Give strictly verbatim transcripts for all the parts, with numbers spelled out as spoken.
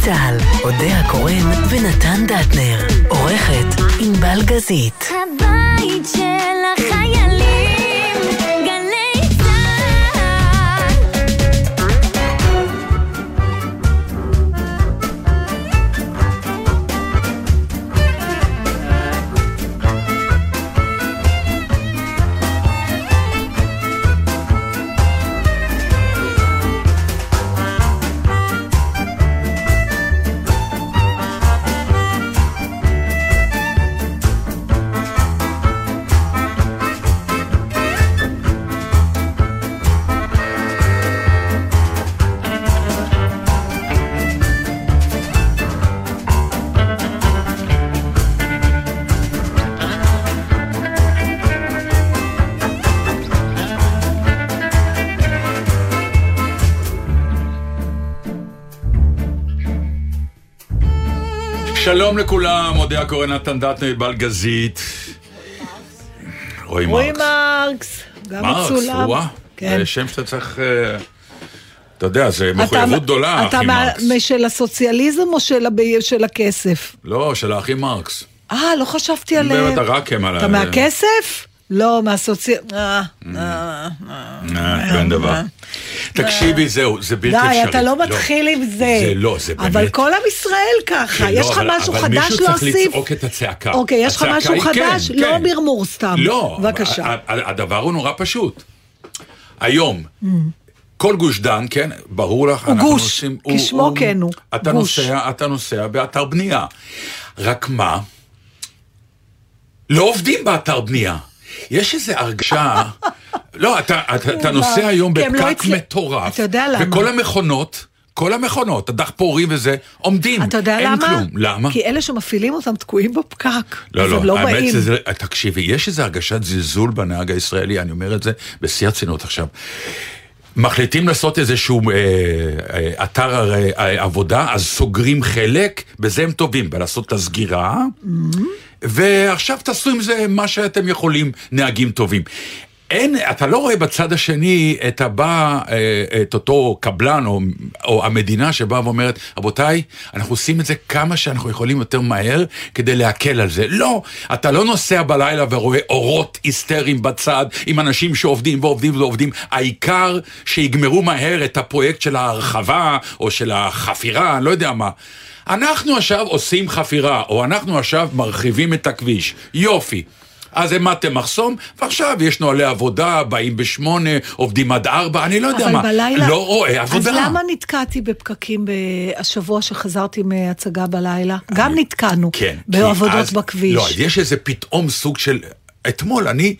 צהל, אודיה הקורן ונתן דטנר, עורכת ענבל גזית. הבית של החיילים, גלי צהל. שלום לכולם, אודיה הקורן, נתן דטנר, בלגזית. רועי מרקס. רועי מרקס, גם מצולם. מרקס, וואה. זה שם שאתה צריך, אתה יודע, זה מחויבות גדולה, אחי מרקס. אתה של הסוציאליזם או של הכסף? לא, של האחי מרקס. אה, לא חשבתי עליהם. באמת רק הם על... אתה מהכסף? לא, מהסוציאליזם. אה, אה, אה, אין דבר. תקשיבי, זהו, זה בלתי אפשרי. די, אתה לא מתחיל עם זה. זה לא, זה באמת. אבל כל עם ישראל ככה, יש לך משהו חדש להוסיף? אבל מישהו צריך לצעוק את הצעקה. אוקיי, יש לך משהו חדש? לא ברמור סתם. לא, בבקשה. הדבר הוא נורא פשוט. היום, כל גוש דן, כן, ברור לך, הוא גוש, כשמו כן הוא. אתה נוסע, אתה נוסע באתר בנייה. רק מה? לא עובדים באתר בנייה. יש איזו הרגשה, לא, אתה, אתה, אתה נוסע היום בפקק מטורף, וכל המכונות, כל המכונות, הדחפורים וזה, עומדים, אתה יודע אין למה? כלום. למה? כי אלה שמפעילים אותם תקועים בפקק, לא, לא, לא האמת באים. זה, תקשיבי, יש איזו הרגשת זלזול בנהג הישראלי, אני אומר את זה בשיא הרצינות עכשיו. מחליטים לעשות איזשהו אה, אה, אתר אה, עבודה, אז סוגרים חלק, בזה הם טובים, בלעשות את הסגירה, mm-hmm. ועכשיו תעשו עם זה מה שאתם יכולים, נהגים טובים. אין, אתה לא רואה בצד השני את הבא, את אותו קבלן או, או המדינה שבאה ואומרת, רבותיי, אנחנו עושים את זה כמה שאנחנו יכולים יותר מהר כדי להקל על זה. לא, אתה לא נוסע בלילה ורואה אורות היסטריים בצד עם אנשים שעובדים ועובדים ועובדים. העיקר שיגמרו מהר את הפרויקט של ההרחבה או של החפירה, אני לא יודע מה. אנחנו עכשיו עושים חפירה, או אנחנו עכשיו מרחיבים את הכביש. יופי. אז העמדתם מחסום, ועכשיו יש נוהלי עבודה, באים בשמונה, עובדים עד ארבע, אני לא יודע מה, בלילה, לא רואה עבודה. אז למה נתקעתי בפקקים השבוע שחזרתי מהצגה בלילה? גם נתקענו כן, בעבודות אז, בכביש. לא, יש איזה פתאום סוג של, אתמול אני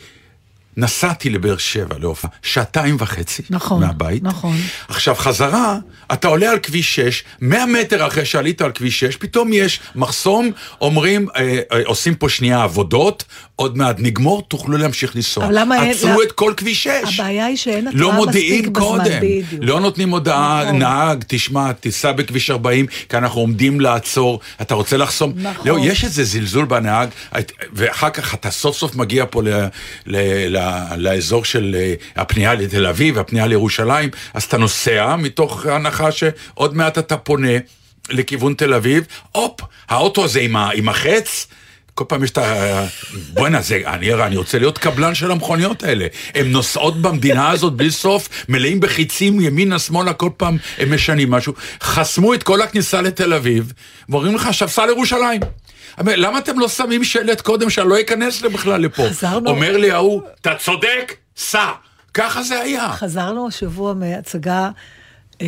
נסעתי לבאר שבע להופעה, שעתיים וחצי נכון, מהבית. נכון. עכשיו חזרה, אתה עולה על כביש שש, מאה מטר אחרי שעלית על כביש שש, פתאום יש מחסום, אומרים, אה, אה, עושים פה שנייה עבודות, עוד מעט נגמור, תוכלו להמשיך לנסוע. עצרו אין, את כל כביש שש. הבעיה היא שאין התראה לא מספיק קודם. בזמן, בדיוק. לא נותנים הודעה, נכון. נהג, תשמע, תיסע בכביש ארבעים, כי אנחנו עומדים לעצור, אתה רוצה לחסום. נכון. לא, יש איזה זלזול בנהג, ואחר כך אתה סוף סוף מגיע פה ל, ל, ל, לאזור של הפנייה לתל אביב, הפנייה לירושלים, אז אתה נוסע מתוך הנחה שעוד מעט אתה פונה לכיוון תל אביב, אופ, האוטו הזה עם, ה, עם החץ, כל פעם יש את ה... בוא'נה, זה, אני, אני רוצה להיות קבלן של המכוניות האלה. הן נוסעות במדינה הזאת בלי סוף, מלאים בחיצים, ימינה, שמאלה, כל פעם הם משנים משהו. חסמו את כל הכניסה לתל אביב, ואומרים לך, עכשיו סע לירושלים. למה אתם לא שמים שלט קודם שאני לא אכנס בכלל לפה? חזרנו... אומר לי, ההוא, אתה צודק, סע. ככה זה היה. חזרנו השבוע מהצגה... אה...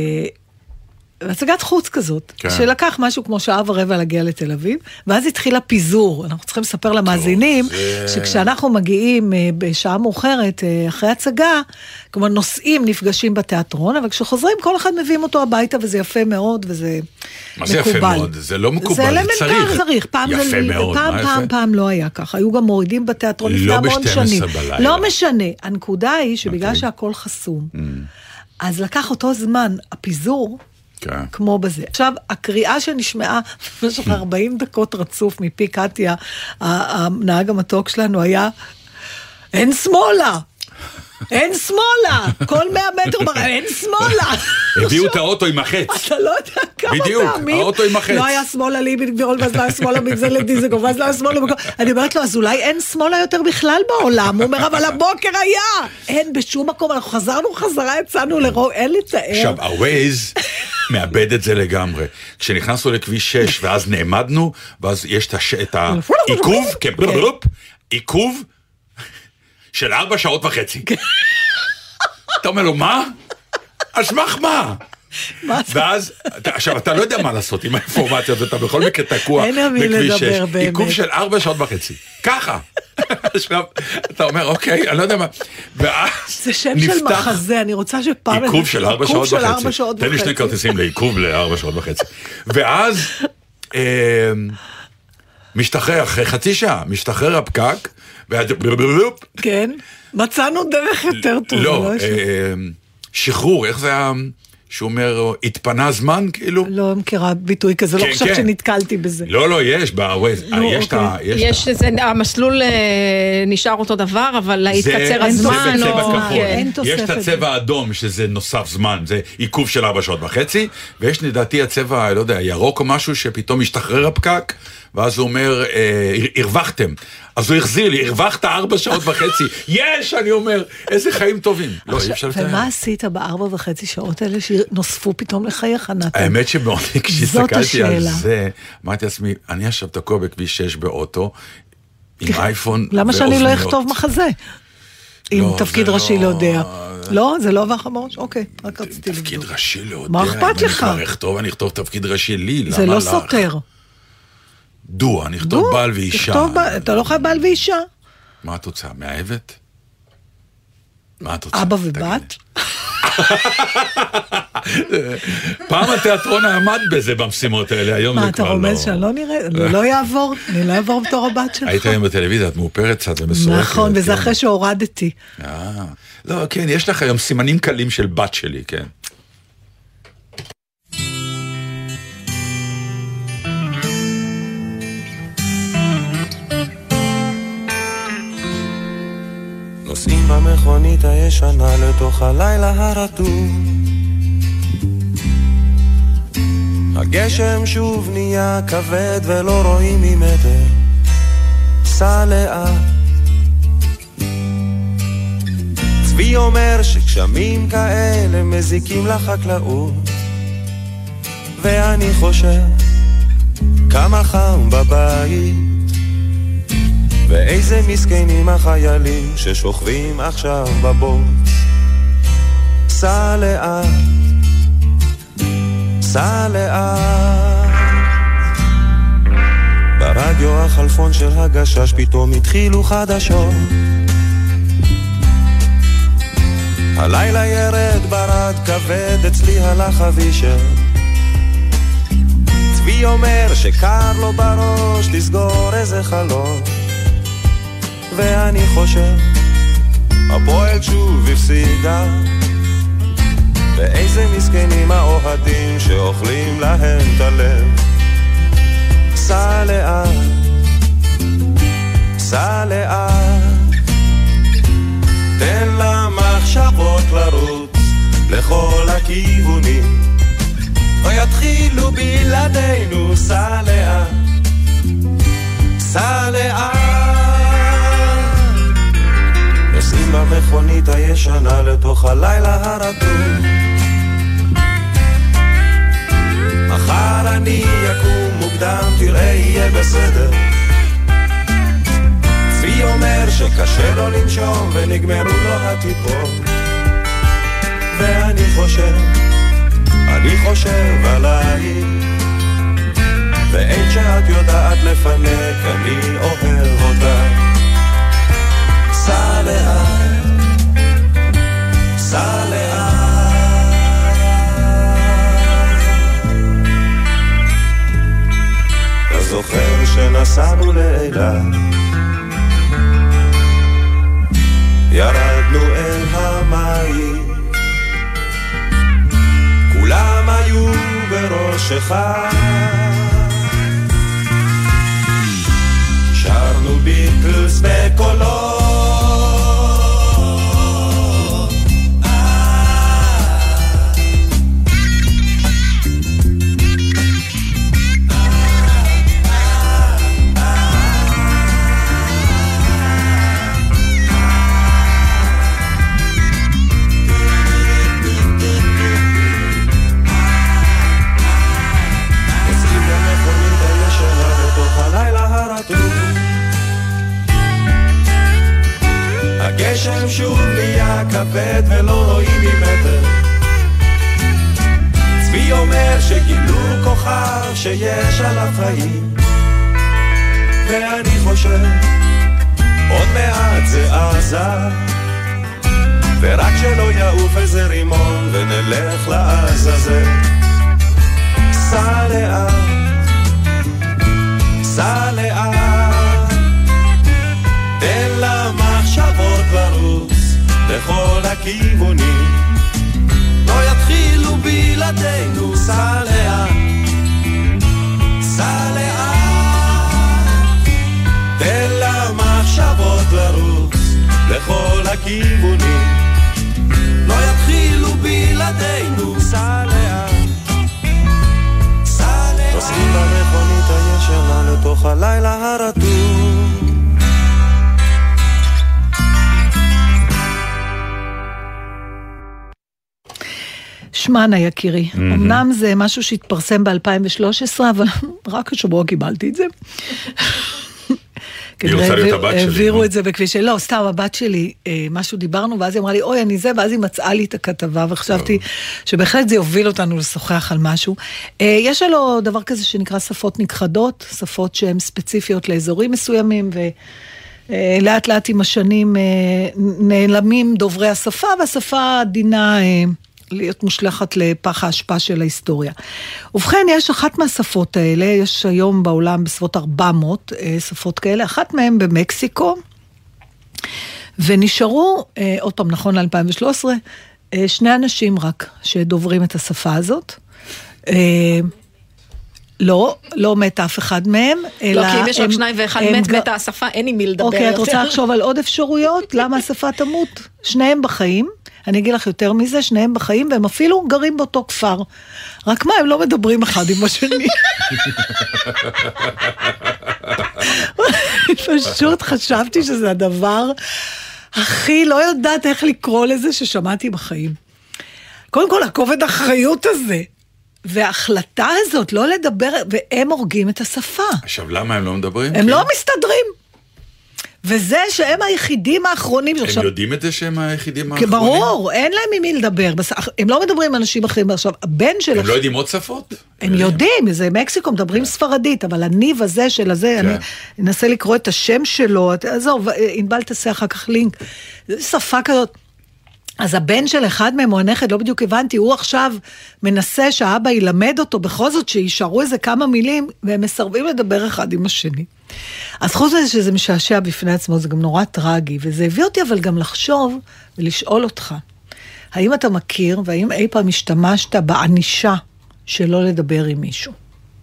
הצגת חוץ כזאת, כן. שלקח משהו כמו שעה ורבע להגיע לתל אביב, ואז התחיל הפיזור. אנחנו צריכים לספר למאזינים, זה... שכשאנחנו מגיעים בשעה מאוחרת אחרי הצגה, כלומר נוסעים, נפגשים בתיאטרון, אבל כשחוזרים כל אחד מביאים אותו הביתה, וזה יפה מאוד, וזה מה זה מקובל. יפה מאוד? זה לא מקובל, זה אלמנטר, צריך. צריך. פעם יפה זה... מאוד. פעם, פעם, פעם לא היה ככה. היו גם מורידים בתיאטרון לפני לא המון שנים. בלילה. לא משנה. הנקודה היא שבגלל okay. שהכל חסום, mm. אז לקח אותו זמן, הפיזור, כן. כמו בזה. עכשיו, הקריאה שנשמעה במשך ארבעים דקות רצוף מפי קטיה, הנהג המתוק שלנו היה, אין שמאלה. אין שמאלה, כל מאה מטר, אין שמאלה. הביאו את האוטו עם החץ. אתה לא יודע כמה פעמים. בדיוק, האוטו עם החץ. לא היה שמאלה ליבין גבירול, ואז לא היה שמאלה מגזל לדיזגו, ואז לא היה שמאלה בגלל. אני אומרת לו, אז אולי אין שמאלה יותר בכלל בעולם. הוא אומר, אבל הבוקר היה. אין בשום מקום, אנחנו חזרנו חזרה, יצאנו לרוב, אין לתאר. עכשיו, הווייז מאבד את זה לגמרי. כשנכנסנו לכביש שש, ואז נעמדנו, ואז יש את העיכוב, עיכוב של ארבע שעות וחצי. אתה אומר לו, מה? אז מח מה? ואז, עכשיו, אתה לא יודע מה לעשות עם האינפורמציה הזאת, אתה בכל מקרה תקוע בכביש שש, עיכוב של ארבע שעות וחצי. ככה. עכשיו, אתה אומר, אוקיי, אני לא יודע מה. זה שם של מחזה, אני רוצה שפעם... עיכוב של ארבע שעות וחצי. תן לי שני כרטיסים לעיכוב לארבע שעות וחצי. ואז, משתחרר, אחרי חצי שעה, משתחרר הפקק, ואז... כן, מצאנו דרך יותר טוב. לא, שחרור, איך זה היה... שהוא אומר, התפנה זמן, כאילו? לא מכירה ביטוי כזה, לא חושב שנתקלתי בזה. לא, לא, יש, יש את ה... יש, המסלול נשאר אותו דבר, אבל התקצר הזמן, יש את הצבע האדום, שזה נוסף זמן, זה עיכוב של ארבע שעות וחצי, ויש לדעתי הצבע, לא יודע, ירוק או משהו, שפתאום משתחרר הפקק, ואז הוא אומר, הרווחתם. אז הוא החזיר לי, הרווחת ארבע שעות וחצי. יש, אני אומר, איזה חיים טובים. לא, אי אפשר לתאר. ומה עשית בארבע חצי שעות האלה שנוספו פתאום לחייך, נתן? האמת שבעוני, כשסתכלתי על זה, אמרתי לעצמי, אני עכשיו תקוע בכביש שש באוטו, עם אייפון ואוזניות. למה שאני לא אכתוב מחזה? עם תפקיד ראשי לא יודע. לא, זה לא עבר לך בראש? אוקיי, רק רציתי לבדוק. תפקיד ראשי לא יודע. מה אכפת לך? אני אכתוב תפקיד ראשי לי, זה לא סותר. דו, אני אכתוב בעל ואישה. אתה לא חייב בעל ואישה. מה התוצאה? מאהבת? מה התוצאה? אבא ובת? פעם התיאטרון עמד בזה במשימות האלה, היום זה כבר לא... מה, אתה רומז שאני לא נראה? אני לא יעבור, אני לא יעבור בתור הבת שלך. היית היום בטלוויזיה, את מאופרת קצת ומסורקת. נכון, וזה אחרי שהורדתי. לא, כן, יש לך היום סימנים קלים של בת שלי, כן. נוסעים במכונית הישנה לתוך הלילה הרטוב, הגשם שוב נהיה כבד ולא רואים ממטר, סע לאט. צבי אומר שגשמים כאלה מזיקים לחקלאות, ואני חושב כמה חם בבית, ואיזה מסכנים החיילים ששוכבים עכשיו בבוץ. סע לאט, סע לאט. ברדיו החלפון של הגשש פתאום התחילו חדשות, הלילה ירד ברד כבד, אצלי הלך אבישר. צבי אומר שקר לו בראש לסגור איזה חלון, ואני חושב הפועל שוב הפסידה, ואיזה מסכנים האוהדים שאוכלים להם את הלב. סע לאט, סע לאט, תן למחשבות לרוץ לכל הכיוונים, או יתחילו בלעדינו. סע לאט, סע לאט, נוסעים במכונית הישנה לתוך הלילה הרטוב, מחר אני יקום מוקדם, תראה יהיה בסדר. צבי אומר שקשה לו לנשום ונגמרו לו הטיפות, ואני חושב, אני חושב עליי, ואין שאת יודעת לפנק, אני אוהב אותה. סע לאט, סע לאט, אתה זוכר שנסענו לאילת, ירדנו אל המים, כולם היו בראש אחד, שרנו ביטלס בקולות, כבד ולא רואים ממטר. צבי אומר שגילו כוכב שיש עליו חיים, ואני חושב עוד מעט זה עזה, ורק שלא יעוף איזה רימון ונלך לעזאזל. סע לאט, סע לאט, תן למחשבות לרוץ לכל הכיוונים, לא יתחילו בלעדינו. סע לאט, סע לאט, תן למחשבות לרוץ לכל הכיוונים, לא יתחילו בלעדינו. סע לאט, סע לאט, נוסעים במכונית הישנה לתוך הלילה הרטוב. שמנה יקירי, אמנם זה משהו שהתפרסם ב-אלפיים ושלוש עשרה, אבל רק השבוע קיבלתי את זה. היא רוצה להיות הבת שלי. העבירו את זה בכביש, לא, סתם הבת שלי, משהו דיברנו, ואז היא אמרה לי, אוי, אני זה, ואז היא מצאה לי את הכתבה, וחשבתי שבהחלט זה יוביל אותנו לשוחח על משהו. יש לו דבר כזה שנקרא שפות נכחדות, שפות שהן ספציפיות לאזורים מסוימים, ולאט לאט עם השנים נעלמים דוברי השפה, והשפה דינה להיות מושלכת לפח ההשפעה של ההיסטוריה. ובכן, יש אחת מהשפות האלה, יש היום בעולם בסביבות ארבע מאות שפות כאלה, אחת מהן במקסיקו, ונשארו, עוד פעם נכון ל-אלפיים ושלוש עשרה, שני אנשים רק שדוברים את השפה הזאת. לא, לא מת אף אחד מהם, אלא... לא, כי אם יש רק שניים ואחד מת, מתה השפה, אין עם מי לדבר. אוקיי, את רוצה לחשוב על עוד אפשרויות? למה השפה תמות? שניהם בחיים, אני אגיד לך יותר מזה, שניהם בחיים, והם אפילו גרים באותו כפר. רק מה, הם לא מדברים אחד עם השני. פשוט חשבתי שזה הדבר הכי לא יודעת איך לקרוא לזה ששמעתי בחיים. קודם כל, הכובד האחריות הזה. וההחלטה הזאת לא לדבר, והם הורגים את השפה. עכשיו, למה הם לא מדברים? הם לא מסתדרים. וזה שהם היחידים האחרונים. הם עכשיו, יודעים את זה שהם היחידים האחרונים? ברור, אין להם עם מי לדבר. הם לא מדברים עם אנשים אחרים. עכשיו, הבן של... הם לא יודעים עוד שפות? הם יודעים, זה מקסיקו, מדברים ספרדית, אבל הניב הזה של הזה, אני אנסה לקרוא את השם שלו, עזוב, אינבל תעשה אחר כך לינק. זו שפה כזאת. אז הבן של אחד מהם, או הנכד, לא בדיוק הבנתי, הוא עכשיו מנסה שהאבא ילמד אותו, בכל זאת שישארו איזה כמה מילים, והם מסרבים לדבר אחד עם השני. אז חוץ מזה שזה משעשע בפני עצמו, זה גם נורא טרגי, וזה הביא אותי אבל גם לחשוב ולשאול אותך, האם אתה מכיר, והאם אי פעם השתמשת בענישה שלא לדבר עם מישהו?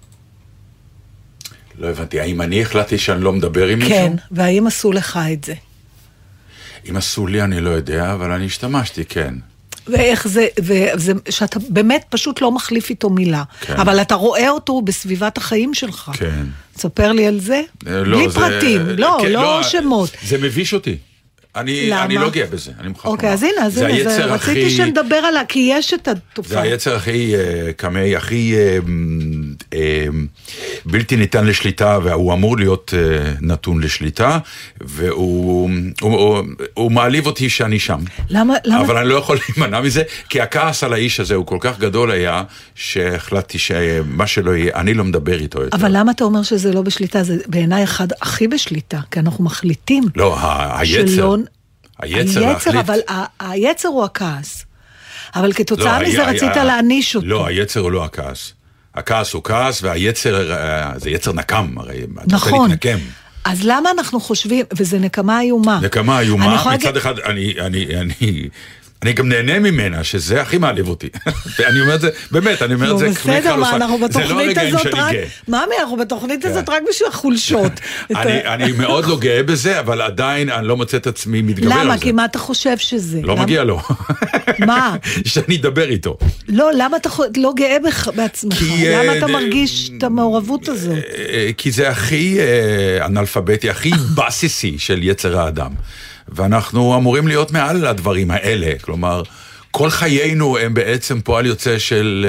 לא הבנתי, האם אני החלטתי שאני לא מדבר עם מישהו? כן, והאם עשו לך את זה? אם עשו לי אני לא יודע, אבל אני השתמשתי, כן. ואיך זה, וזה, שאתה באמת פשוט לא מחליף איתו מילה. כן. אבל אתה רואה אותו בסביבת החיים שלך. כן. תספר לי על זה. לא, בלי זה, פרטים, לא, כן, לא, לא שמות. זה מביש אותי. אני, למה? אני לא גאה בזה, אני מוכרח אוקיי, לומר. אז הנה, אז הנה, זה, רציתי הכי, שנדבר עליה, כי יש את התופעה. זה היצר הכי קמאי, הכי אה, אה, בלתי ניתן לשליטה, והוא אמור להיות אה, נתון לשליטה, והוא הוא, הוא, הוא מעליב אותי שאני שם. למה, למה? אבל אני לא יכול להימנע מזה, כי הכעס על האיש הזה הוא כל כך גדול היה, שהחלטתי שמה שלא יהיה, אני לא מדבר איתו יותר. אבל למה אתה אומר שזה לא בשליטה? זה בעיניי אחד הכי בשליטה, כי אנחנו מחליטים. לא, ה- היצר. שלא... היצר, היצר, אבל ה- היצר הוא הכעס. אבל כתוצאה לא, מזה ה- רצית ה- להעניש אותו. לא, היצר הוא לא הכעס. הכעס הוא כעס, והיצר, זה יצר נקם, הרי. נכון. להתנקם. אז למה אנחנו חושבים, וזה נקמה איומה. נקמה איומה, מצד להגיד... אחד, אני, אני, אני, אני גם נהנה ממנה, שזה הכי מעליב אותי. ואני אומר את זה, באמת, אני אומר את זה כמי בסדר, מה, אנחנו בתוכנית הזאת רק... גאה. מאמי, אנחנו בתוכנית הזאת רק בשביל החולשות. אני, אני מאוד לא גאה בזה, אבל עדיין אני לא מוצא את עצמי מתגבר על זה. למה? כי מה אתה חושב שזה? לא מגיע לו. מה? שאני אדבר איתו. לא, למה אתה לא גאה בעצמך? למה אתה מרגיש את המעורבות הזאת? כי זה הכי אנאלפביתי, הכי בסיסי של יצר האדם. ואנחנו אמורים להיות מעל הדברים האלה, כלומר, כל חיינו הם בעצם פועל יוצא של,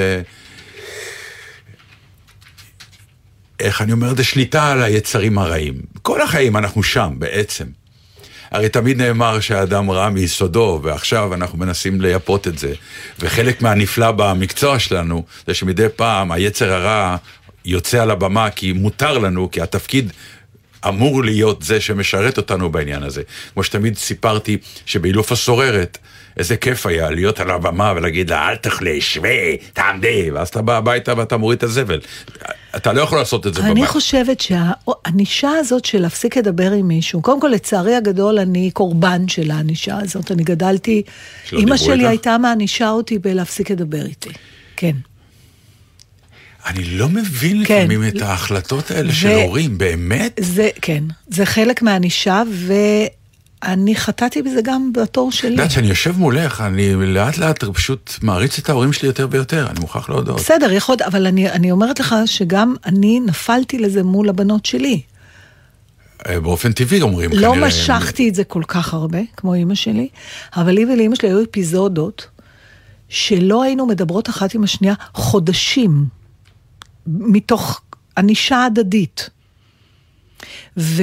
איך אני אומר, זה שליטה על היצרים הרעים. כל החיים אנחנו שם בעצם. הרי תמיד נאמר שהאדם רע מיסודו, ועכשיו אנחנו מנסים לייפות את זה. וחלק מהנפלא במקצוע שלנו, זה שמדי פעם היצר הרע יוצא על הבמה, כי מותר לנו, כי התפקיד אמור להיות זה שמשרת אותנו בעניין הזה. כמו שתמיד סיפרתי שבאילוף הסוררת, איזה כיף היה להיות על הבמה ולהגיד לה, אל תאכלי, שווה, תעמדי, ואז אתה בא הביתה ואתה מוריד את הזבל. אתה לא יכול לעשות את זה בבית. אני חושבת שהאנישה הזאת של להפסיק לדבר עם מישהו, קודם כל לצערי הגדול אני קורבן של האנישה הזאת, אני גדלתי, אמא שלי הייתה מאנישה אותי בלהפסיק לדבר איתי, כן. אני לא מבין לפעמים את ההחלטות האלה של הורים, באמת? זה, כן, זה חלק מהאנישה, ואני חטאתי בזה גם בתור שלי. יודעת שאני יושב מולך, אני לאט לאט פשוט מעריץ את ההורים שלי יותר ויותר, אני מוכרח להודות. בסדר, יכול, אבל אני, אני אומרת לך שגם אני נפלתי לזה מול הבנות שלי. באופן טבעי אומרים. לא משכתי את זה כל כך הרבה, כמו אמא שלי, אבל לי ולאמא שלי היו אפיזודות, שלא היינו מדברות אחת עם השנייה חודשים, מתוך אנישה הדדית. ו,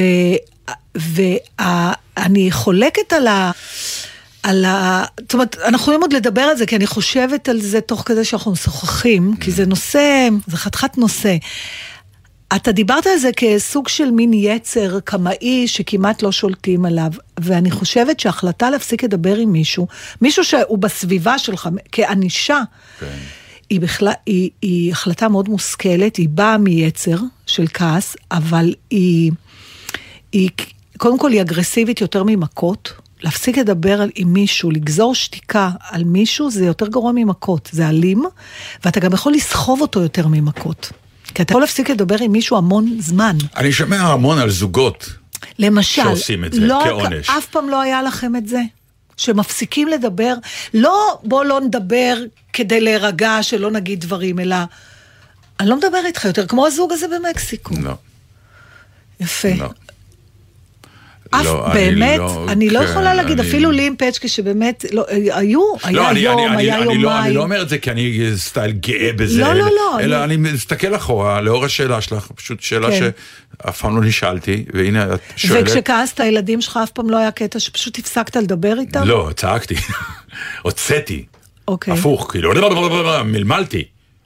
ואני חולקת על ה... על ה... זאת אומרת, אנחנו יכולים עוד לדבר על זה, כי אני חושבת על זה תוך כזה שאנחנו משוחחים, כי זה נושא, זה חתיכת נושא. אתה דיברת על זה כסוג של מין יצר קמאי שכמעט לא שולטים עליו, ואני חושבת שההחלטה להפסיק לדבר עם מישהו, מישהו שהוא בסביבה שלך, כאנישה, כן. היא, בכלל, היא, היא החלטה מאוד מושכלת, היא באה מייצר של כעס, אבל היא, היא, קודם כל היא אגרסיבית יותר ממכות, להפסיק לדבר על, עם מישהו, לגזור שתיקה על מישהו, זה יותר גרוע ממכות, זה אלים, ואתה גם יכול לסחוב אותו יותר ממכות, כי אתה יכול להפסיק לדבר עם מישהו המון זמן. אני שומע המון על זוגות, למשל, שעושים את זה לא, כעונש. אף פעם לא היה לכם את זה? שמפסיקים לדבר, לא בוא לא נדבר כדי להירגע שלא נגיד דברים, אלא אני לא מדבר איתך יותר, כמו הזוג הזה במקסיקו. לא. יפה. לא. אף לא, באמת, אני לא, אני לא כן, יכולה להגיד, אני... אפילו לי עם פצ'קה שבאמת, לא, היו, היה לא, יום, אני, היה אני, יומיים. אני לא, אני לא אומר את זה כי אני סטייל גאה בזה. לא, לא, לא. אלא אני... אני מסתכל אחורה, לאור השאלה שלך, פשוט שאלה כן. שאף פעם לא נשאלתי, והנה את שואלת. וכשכעסת, הילדים שלך אף פעם לא היה קטע שפשוט הפסקת לדבר איתם? לא, צעקתי. הוצאתי. אוקיי. הפוך, כאילו, מלמלתי.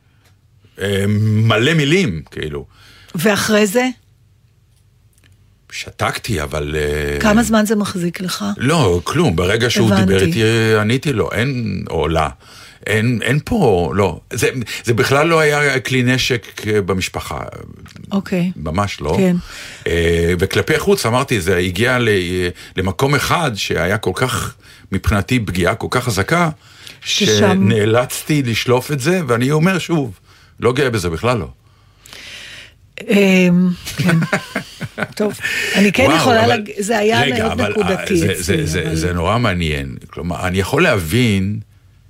מלא מילים, כאילו. ואחרי זה? שתקתי, אבל... כמה זמן זה מחזיק לך? לא, כלום. ברגע שהוא הבנתי. דיבר איתי, עניתי לו. אין עולה. אין, אין פה, לא. זה, זה בכלל לא היה כלי נשק במשפחה. אוקיי. ממש לא. כן. וכלפי חוץ, אמרתי, זה הגיע למקום אחד שהיה כל כך, מבחינתי, פגיעה כל כך חזקה, ששם... שנאלצתי לשלוף את זה, ואני אומר שוב, לא גאה בזה בכלל לא. כן. טוב, אני כן יכולה להגיד, זה היה מאוד נקודתי. זה נורא מעניין. כלומר, אני יכול להבין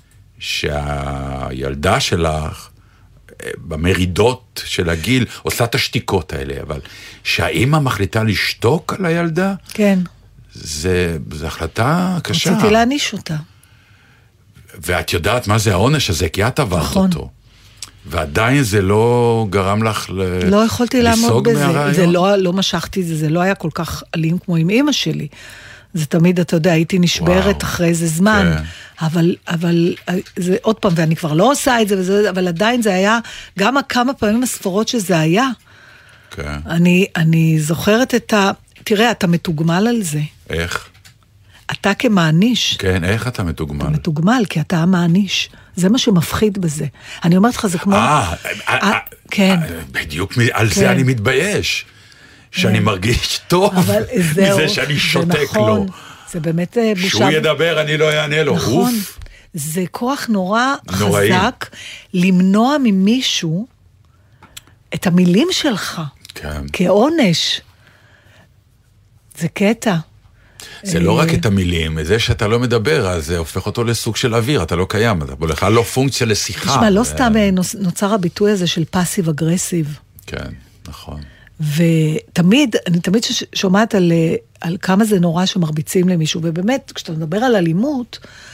שהילדה שלך, במרידות של הגיל, עושה את השתיקות האלה, אבל שהאמא מחליטה לשתוק על הילדה, כן. זה החלטה קשה. רציתי להניש אותה. ואת יודעת מה זה העונש הזה, כי את עברת אותו. ועדיין זה לא גרם לך לסוג מהרעיון? לא יכולתי לעמוד בזה, זה לא, לא משכתי זה, זה לא היה כל כך אלים כמו עם אמא שלי. זה תמיד, אתה יודע, הייתי נשברת וואו. אחרי איזה זמן, כן. אבל, אבל זה עוד פעם, ואני כבר לא עושה את זה, וזה, אבל עדיין זה היה, גם כמה פעמים הספרות שזה היה. כן. אני, אני זוכרת את ה... תראה, אתה מתוגמל על זה. איך? אתה כמעניש. כן, איך אתה מתוגמל? אתה מתוגמל, כי אתה המעניש. זה מה שמפחיד בזה. אני אומרת לך, זה כמו... אה, כן. בדיוק על זה אני מתבייש. שאני מרגיש טוב מזה שאני שותק לו. זה באמת בושה. שהוא ידבר, אני לא יענה לו. נכון. זה כוח נורא חזק למנוע ממישהו את המילים שלך. כן. כעונש. זה קטע. זה לא רק את המילים, זה שאתה לא מדבר, אז זה הופך אותו לסוג של אוויר, אתה לא קיים, אתה בכלל לא פונקציה לשיחה. תשמע, לא סתם נוצר הביטוי הזה של פאסיב אגרסיב. כן, נכון. ותמיד, אני תמיד שומעת על, על כמה זה נורא שמרביצים למישהו, ובאמת, כשאתה מדבר על אלימות,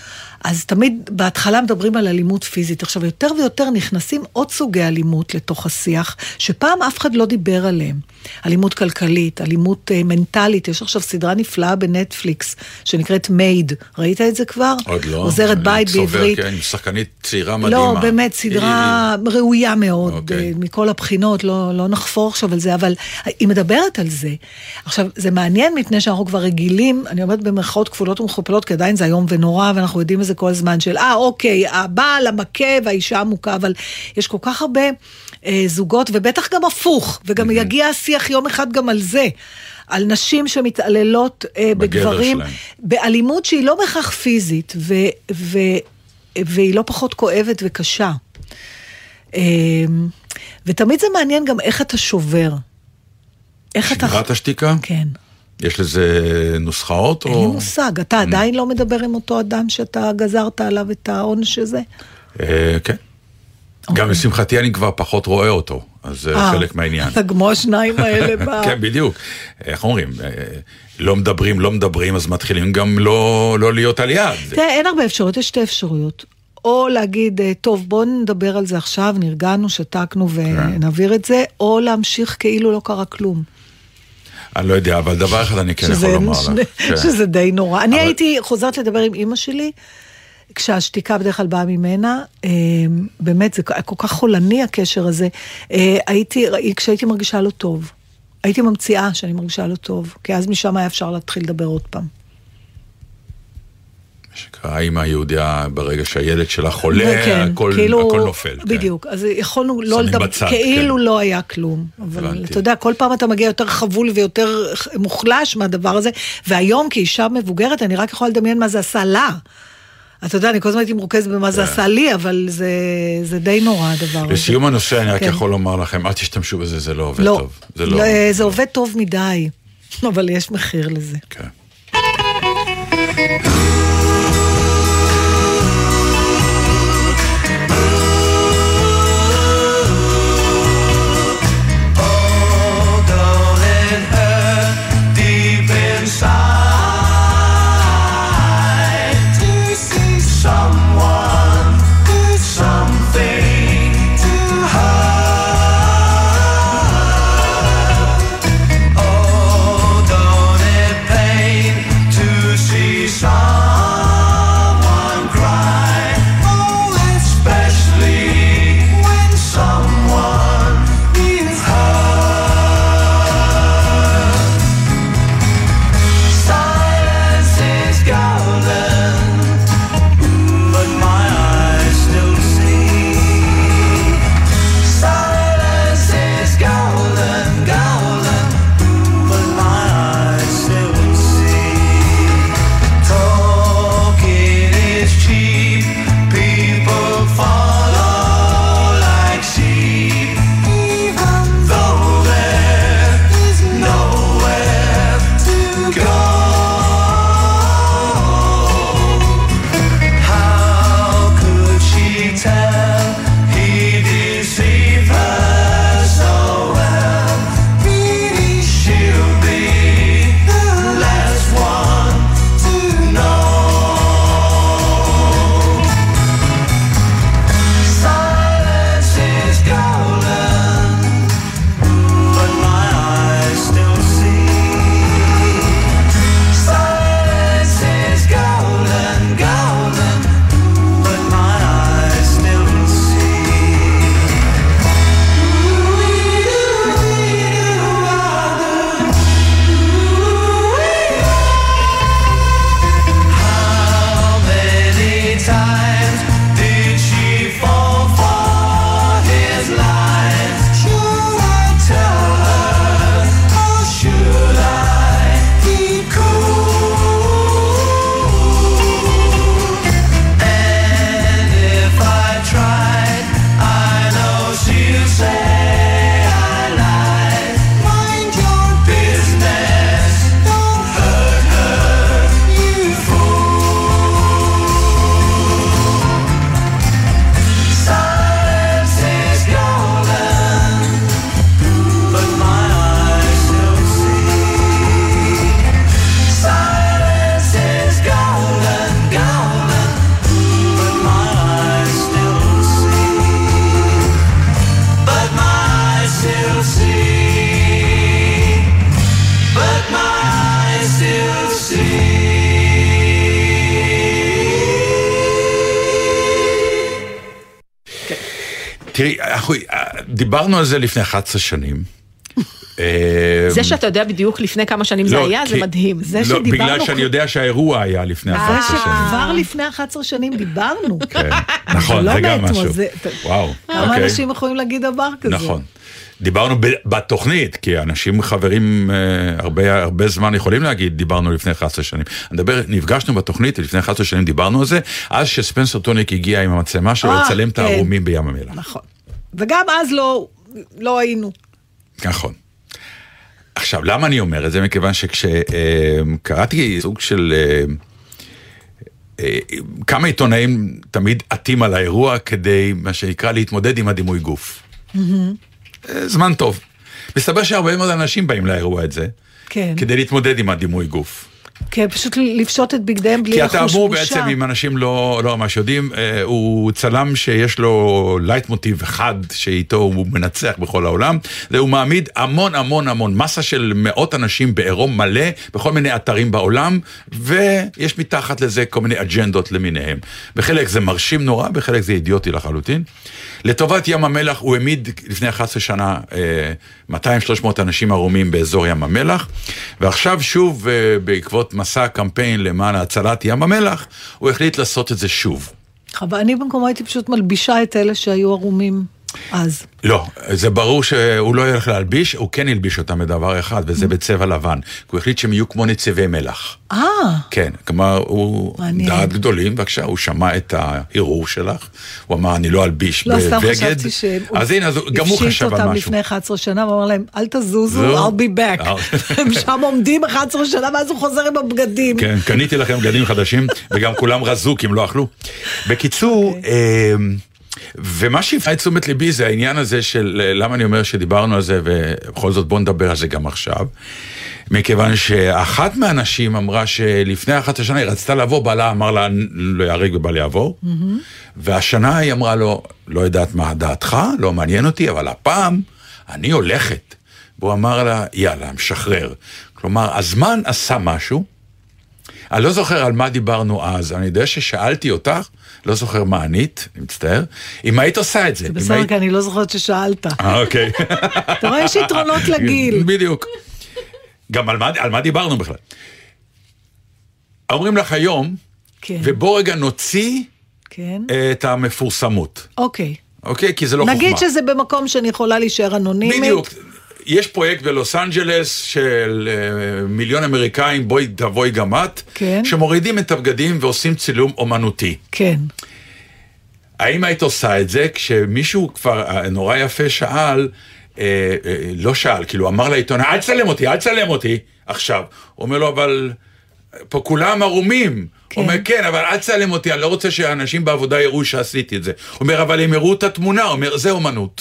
אז תמיד בהתחלה מדברים על אלימות פיזית. עכשיו, יותר ויותר נכנסים עוד סוגי אלימות לתוך השיח, שפעם אף אחד לא דיבר עליהם. אלימות כלכלית, אלימות uh, מנטלית. יש עכשיו סדרה נפלאה בנטפליקס, שנקראת מייד. ראית את זה כבר? עוד לא. עוזרת בית בעברית. כן, שחקנית צעירה מדהימה. לא, באמת, סדרה היא... ראויה מאוד, אוקיי. מכל הבחינות, לא, לא נחפור עכשיו על זה, אבל היא מדברת על זה. עכשיו, זה מעניין מפני שאנחנו כבר רגילים, אני אומרת במרכאות כפולות ומכופלות, כי עדיין זה היום ונורא, ואנחנו יודעים את זה כל הזמן של, אה, אוקיי, הבעל, המכה והאישה המוכה, אבל יש כל כך הרבה אה, זוגות, ובטח גם הפוך, וגם יגיע השיח יום אחד גם על זה, על נשים שמתעללות אה, בגברים, שלהם. באלימות שהיא לא בהכרח פיזית, ו, ו, והיא לא פחות כואבת וקשה. אה, ותמיד זה מעניין גם איך אתה שובר. שבירת השתיקה? כן. יש לזה נוסחאות? אין לי מושג. אתה עדיין לא מדבר עם אותו אדם שאתה גזרת עליו את העונש הזה? כן. גם לשמחתי אני כבר פחות רואה אותו, אז זה חלק מהעניין. אתה כמו השניים האלה. כן, בדיוק. איך אומרים? לא מדברים, לא מדברים, אז מתחילים גם לא להיות על יד. תראה, אין הרבה אפשרויות, יש שתי אפשרויות. או להגיד, טוב, בואו נדבר על זה עכשיו, נרגענו, שתקנו ונעביר את זה, או להמשיך כאילו לא קרה כלום. אני לא יודע, אבל דבר אחד אני כן יכול לומר לך. שזה די נורא. אני הייתי חוזרת לדבר עם אמא שלי, כשהשתיקה בדרך כלל באה ממנה, באמת זה כל כך חולני הקשר הזה, הייתי, כשהייתי מרגישה לא טוב, הייתי ממציאה שאני מרגישה לא טוב, כי אז משם היה אפשר להתחיל לדבר עוד פעם. שקרה, האמא היהודיה, ברגע שהילד שלה חולה, כן, הכל, כאילו, הכל נופל. בדיוק, כן. אז יכולנו לא לדבר, בצד, כאילו כן. לא היה כלום. אבל הבנתי. אתה יודע, כל פעם אתה מגיע יותר חבול ויותר מוחלש מהדבר הזה, והיום כאישה מבוגרת, אני רק יכולה לדמיין מה זה עשה לה. אתה יודע, אני כל הזמן הייתי מרוכזת במה זה עשה לי, אבל זה, זה די נורא הדבר הזה. לסיום הנושא, אני רק כן. יכול לומר לכם, אל תשתמשו בזה, זה לא עובד לא, טוב. זה, לא... לא, זה עובד טוב מדי, אבל יש מחיר לזה. כן. Song תראי, דיברנו על זה לפני אחת עשרה שנים. זה שאתה יודע בדיוק לפני כמה שנים זה היה, זה מדהים. לא, בגלל שאני יודע שהאירוע היה לפני אחת עשרה שנים. כבר לפני אחת עשרה שנים דיברנו. נכון, זה גם משהו. וואו. כמה אנשים יכולים להגיד דבר כזה? נכון. דיברנו בתוכנית, כי אנשים חברים הרבה, הרבה זמן יכולים להגיד, דיברנו לפני אחת עשרה שנים. נדבר, נפגשנו בתוכנית, לפני אחת עשרה שנים דיברנו על זה, אז שספנסר טוניק הגיע עם המצלמה שלו לצלם את הערומים בים המלח. נכון. וגם אז לא, לא היינו. נכון. עכשיו, למה אני אומר את זה? מכיוון שכשקראתי סוג של... כמה עיתונאים תמיד עטים על האירוע כדי, מה שנקרא, להתמודד עם הדימוי גוף. זמן טוב. מסתבר שהרבה מאוד אנשים באים לאירוע את זה, כדי להתמודד עם הדימוי גוף. כן, פשוט לפשוט את בגדיהם בלי לחוש בושה. כי אתה אמור בעצם, אם אנשים לא, לא ממש יודעים, הוא צלם שיש לו לייט מוטיב אחד שאיתו הוא מנצח בכל העולם, והוא מעמיד המון המון המון מסה של מאות אנשים בעירום מלא, בכל מיני אתרים בעולם, ויש מתחת לזה כל מיני אג'נדות למיניהם. בחלק זה מרשים נורא, בחלק זה אידיוטי לחלוטין. לטובת ים המלח הוא העמיד לפני אחת עשרה שנה מאתיים שלוש מאות אנשים ערומים באזור ים המלח, ועכשיו שוב בעקבות מסע קמפיין למען הצלת ים המלח, הוא החליט לעשות את זה שוב. אבל אני במקום הייתי פשוט מלבישה את אלה שהיו ערומים אז. לא, זה ברור שהוא לא ילך להלביש, הוא כן ילביש אותם בדבר אחד, וזה בצבע לבן. הוא החליט שהם יהיו כמו נצבי מלח. אה. כן, כלומר, הוא דעת גדולים, בבקשה, הוא שמע את הערעור שלך, הוא אמר, אני לא אלביש בבגד. לא, סתם חשבתי שהוא אז הנה, גם הוא חשב על משהו. הפשיט אותם לפני אחת עשרה שנה, ואמר להם, אל תזוזו, I'll be back. הם שם עומדים אחת עשרה שנה, ואז הוא חוזר עם הבגדים. כן, קניתי לכם בגדים חדשים, וגם כולם רזו, כי הם לא אכלו. בקיצור, ומה שהפנה את תשומת ליבי זה העניין הזה של למה אני אומר שדיברנו על זה, ובכל זאת בוא נדבר על זה גם עכשיו, מכיוון שאחת מהאנשים אמרה שלפני אחת השנה היא רצתה לבוא, בעלה אמר לה לא יהרג ובא לעבור, והשנה היא אמרה לו, לא יודעת מה דעתך, לא מעניין אותי, אבל הפעם אני הולכת. והוא אמר לה, יאללה, משחרר. כלומר, הזמן עשה משהו, אני לא זוכר על מה דיברנו אז, אני יודע ששאלתי אותך, לא זוכר מה ענית, אני מצטער, אם היית עושה את זה. זה בסדר, כי אני לא זוכרת ששאלת. אה, אוקיי. אתה רואה, יש יתרונות לגיל. בדיוק. גם על מה, על מה דיברנו בכלל. אומרים לך היום, ובוא רגע נוציא את המפורסמות. אוקיי. אוקיי, כי זה לא חוכמה. נגיד שזה במקום שאני יכולה להישאר אנונימית. בדיוק. יש פרויקט בלוס אנג'לס של uh, מיליון אמריקאים, בואי תבואי גם את, כן. שמורידים את הבגדים ועושים צילום אומנותי. כן. האם היית עושה את זה כשמישהו כבר נורא יפה שאל, אה, אה, לא שאל, כאילו אמר לעיתון, אל תצלם אותי, אל תצלם אותי עכשיו. הוא אומר לו, אבל פה כולם ערומים. כן. הוא אומר, כן, אבל אל תצלם אותי, אני לא רוצה שאנשים בעבודה יראו שעשיתי את זה. הוא אומר, אבל הם יראו את התמונה, הוא אומר, זה אומנות.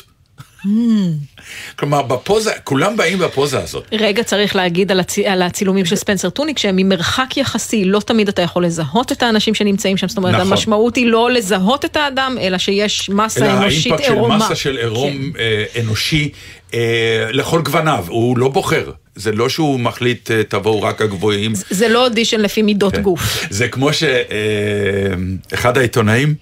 כלומר, בפוזה, כולם באים בפוזה הזאת. רגע, צריך להגיד על, הצ... על הצילומים של ספנסר טוניק, שהם ממרחק יחסי, לא תמיד אתה יכול לזהות את האנשים שנמצאים שם, זאת אומרת, נכון. המשמעות היא לא לזהות את האדם, אלא שיש מסה אלא אנושית עירומה. אלא האימפקט של מסה של עירום כן. אה, אנושי אה, לכל גווניו, הוא לא בוחר. זה לא שהוא מחליט, אה, תבואו רק הגבוהים. זה, זה לא אודישן לפי מידות כן. גוף. זה כמו שאחד אה, העיתונאים,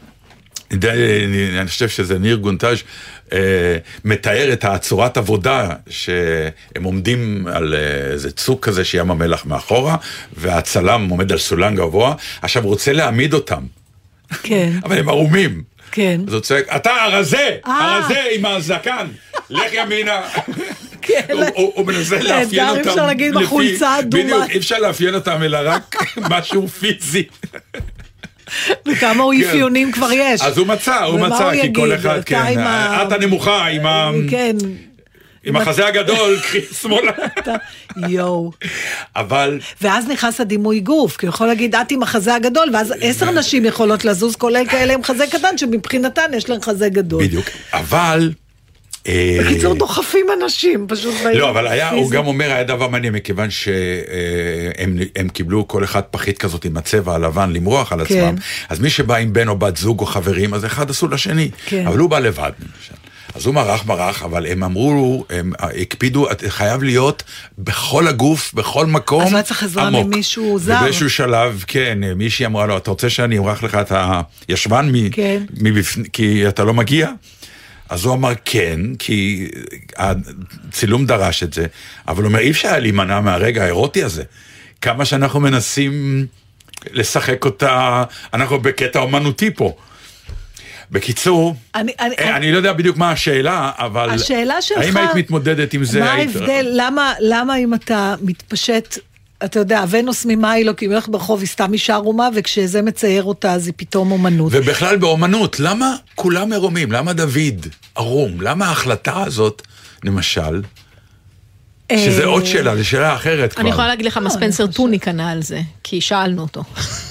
אני חושב שזה ניר גונטאז' מתאר את הצורת עבודה שהם עומדים על איזה צוק כזה שים המלח מאחורה, והצלם עומד על סולן גבוה, עכשיו רוצה להעמיד אותם. כן. אבל הם ערומים. כן. אז הוא צועק, אתה הרזה, הרזה עם הזקן, לך ימינה. כן. הוא מנסה לאפיין אותם. אפשר להגיד בחולצה אדומה. בדיוק, אי אפשר לאפיין אותם, אלא רק משהו פיזי. וכמה הוא אפיונים כבר יש. אז הוא מצא, הוא מצא, כי כל אחד, כן, את הנמוכה עם ה... כן. עם החזה הגדול, קחי שמאלה. יואו. אבל... ואז נכנס הדימוי גוף, כי הוא יכול להגיד, את עם החזה הגדול, ואז עשר נשים יכולות לזוז, כולל כאלה עם חזה קטן, שמבחינתן יש להם חזה גדול. בדיוק. אבל... בקיצור דוחפים אנשים, פשוט... לא, אבל היה, הוא גם אומר, היה דבר מעניין, מכיוון שהם קיבלו כל אחד פחית כזאת עם הצבע הלבן למרוח על עצמם, אז מי שבא עם בן או בת זוג או חברים, אז אחד עשו לשני, אבל הוא בא לבד, למשל. אז הוא מרח מרח, אבל הם אמרו, הם הקפידו, חייב להיות בכל הגוף, בכל מקום, אז לא צריך עזרה ממישהו זר. ובאיזשהו שלב, כן, מישהי אמרה לו, אתה רוצה שאני אמרח לך את הישבן, כי אתה לא מגיע? אז הוא אמר כן, כי הצילום דרש את זה, אבל הוא אומר, אי אפשר להימנע מהרגע האירוטי הזה. כמה שאנחנו מנסים לשחק אותה, אנחנו בקטע אומנותי פה. בקיצור, אני, אני, אני, אני לא יודע בדיוק מה השאלה, אבל השאלה שלך, האם היית מתמודדת עם זה? מה ההבדל, למה, למה אם אתה מתפשט, אתה יודע, ונוס ממיילו, כי אם הולך ברחוב היא סתם אישה ערומה, וכשזה מצייר אותה, אז היא פתאום אומנות. ובכלל באומנות, למה כולם ערומים? למה דוד ערום? למה ההחלטה הזאת, למשל, שזה עוד שאלה, זה שאלה אחרת כבר. אני יכולה להגיד לך מה ספנסר טוניק ענה על זה, כי שאלנו אותו.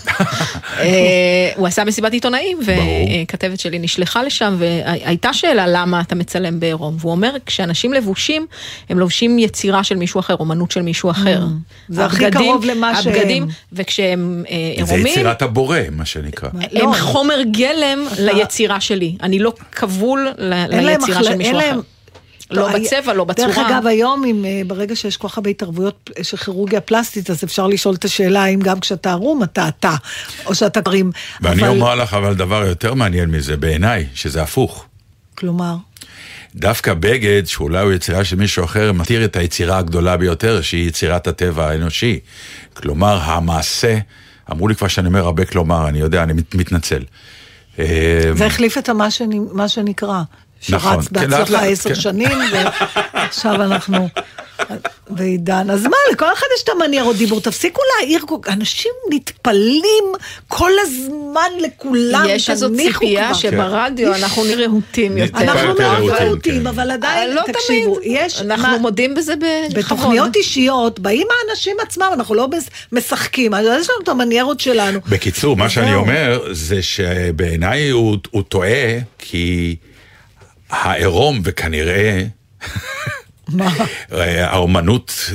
הוא עשה מסיבת עיתונאים, וכתבת שלי נשלחה לשם, והייתה שאלה למה אתה מצלם בעירום, והוא אומר, כשאנשים לבושים, הם לובשים יצירה של מישהו אחר, אומנות של מישהו אחר. זה הכי קרוב למה שהם. הבגדים, וכשהם עירומים... זה יצירת הבורא, מה שנקרא. הם חומר גלם ליצירה שלי. אני לא כבול ליצירה של מישהו אחר. לא בצבע, לא בצורה. דרך אגב, היום, אם, ברגע שיש כל כך הרבה התערבויות של כירורגיה פלסטית, אז אפשר לשאול את השאלה, האם גם כשאתה ערום, אתה אתה, או שאתה קרים. ואני אבל... אומר לך, אבל דבר יותר מעניין מזה, בעיניי, שזה הפוך. כלומר? דווקא בגד, שאולי הוא יצירה של מישהו אחר, מתיר את היצירה הגדולה ביותר, שהיא יצירת הטבע האנושי. כלומר, המעשה, אמרו לי כבר שאני אומר הרבה כלומר, אני יודע, אני מתנצל. זה החליף את מה שנקרא. שרץ בהצלחה עשר שנים, ועכשיו אנחנו בעידן. אז מה, לכל אחד יש את המניירות דיבור, תפסיקו להעיר, אנשים נטפלים כל הזמן לכולם, יש איזו ציפייה שברדיו אנחנו נראות יותר. אנחנו מאוד רהוטים, אבל עדיין, תקשיבו, אנחנו מודים בזה בכבוד. בתוכניות אישיות, באים האנשים עצמם, אנחנו לא משחקים, אז יש לנו את המניירות שלנו. בקיצור, מה שאני אומר, זה שבעיניי הוא טועה, כי העירום, וכנראה האומנות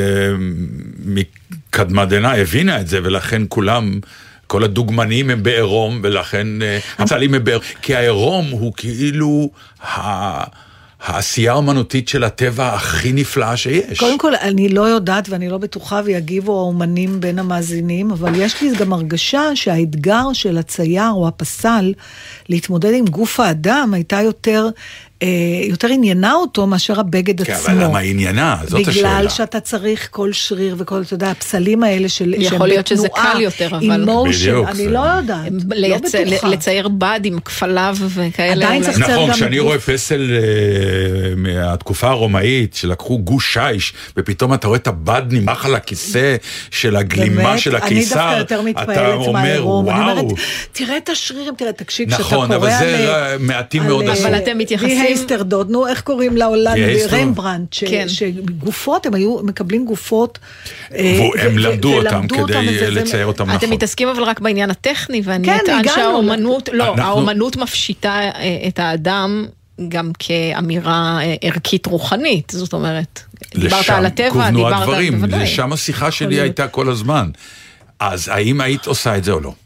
מקדמה דנא הבינה את זה, ולכן כולם, כל הדוגמנים הם בעירום, ולכן הצלים הם בעירום, כי העירום הוא כאילו העשייה האומנותית של הטבע הכי נפלאה שיש. קודם כל, אני לא יודעת ואני לא בטוחה, ויגיבו האומנים בין המאזינים, אבל יש לי גם הרגשה שהאתגר של הצייר או הפסל להתמודד עם גוף האדם הייתה יותר... יותר עניינה אותו מאשר הבגד עצמו. אבל למה עניינה? זאת השאלה. בגלל שאתה צריך כל שריר וכל, אתה יודע, הפסלים האלה של... יכול להיות שזה קל יותר, אבל... בדיוק. אני לא יודעת, לא בטוחה. לצייר בד עם כפליו וכאלה. עדיין צריך לצייר גם... נכון, כשאני רואה פסל מהתקופה הרומאית, שלקחו גוש שיש, ופתאום אתה רואה את הבד נמח על הכיסא של הגלימה של הקיסר, אני דווקא יותר מתפעלת מהעירום. אני אומרת, תראה את השרירים, תראה, תקשיב, שאתה קורא... נכון, אבל זה מעטים מאוד עשו. אבל אתם מתייחסים... היסטרדוד, נו, איך קוראים להולנד, רמברנדט, שגופות, הם היו מקבלים גופות, והם למדו אותם כדי לצייר אותם נכון. אתם מתעסקים אבל רק בעניין הטכני, ואני אטען שהאומנות, לא, האומנות מפשיטה את האדם גם כאמירה ערכית רוחנית, זאת אומרת, דיברת על הטבע, דיברת על בוודאי. לשם השיחה שלי הייתה כל הזמן. אז האם היית עושה את זה או לא?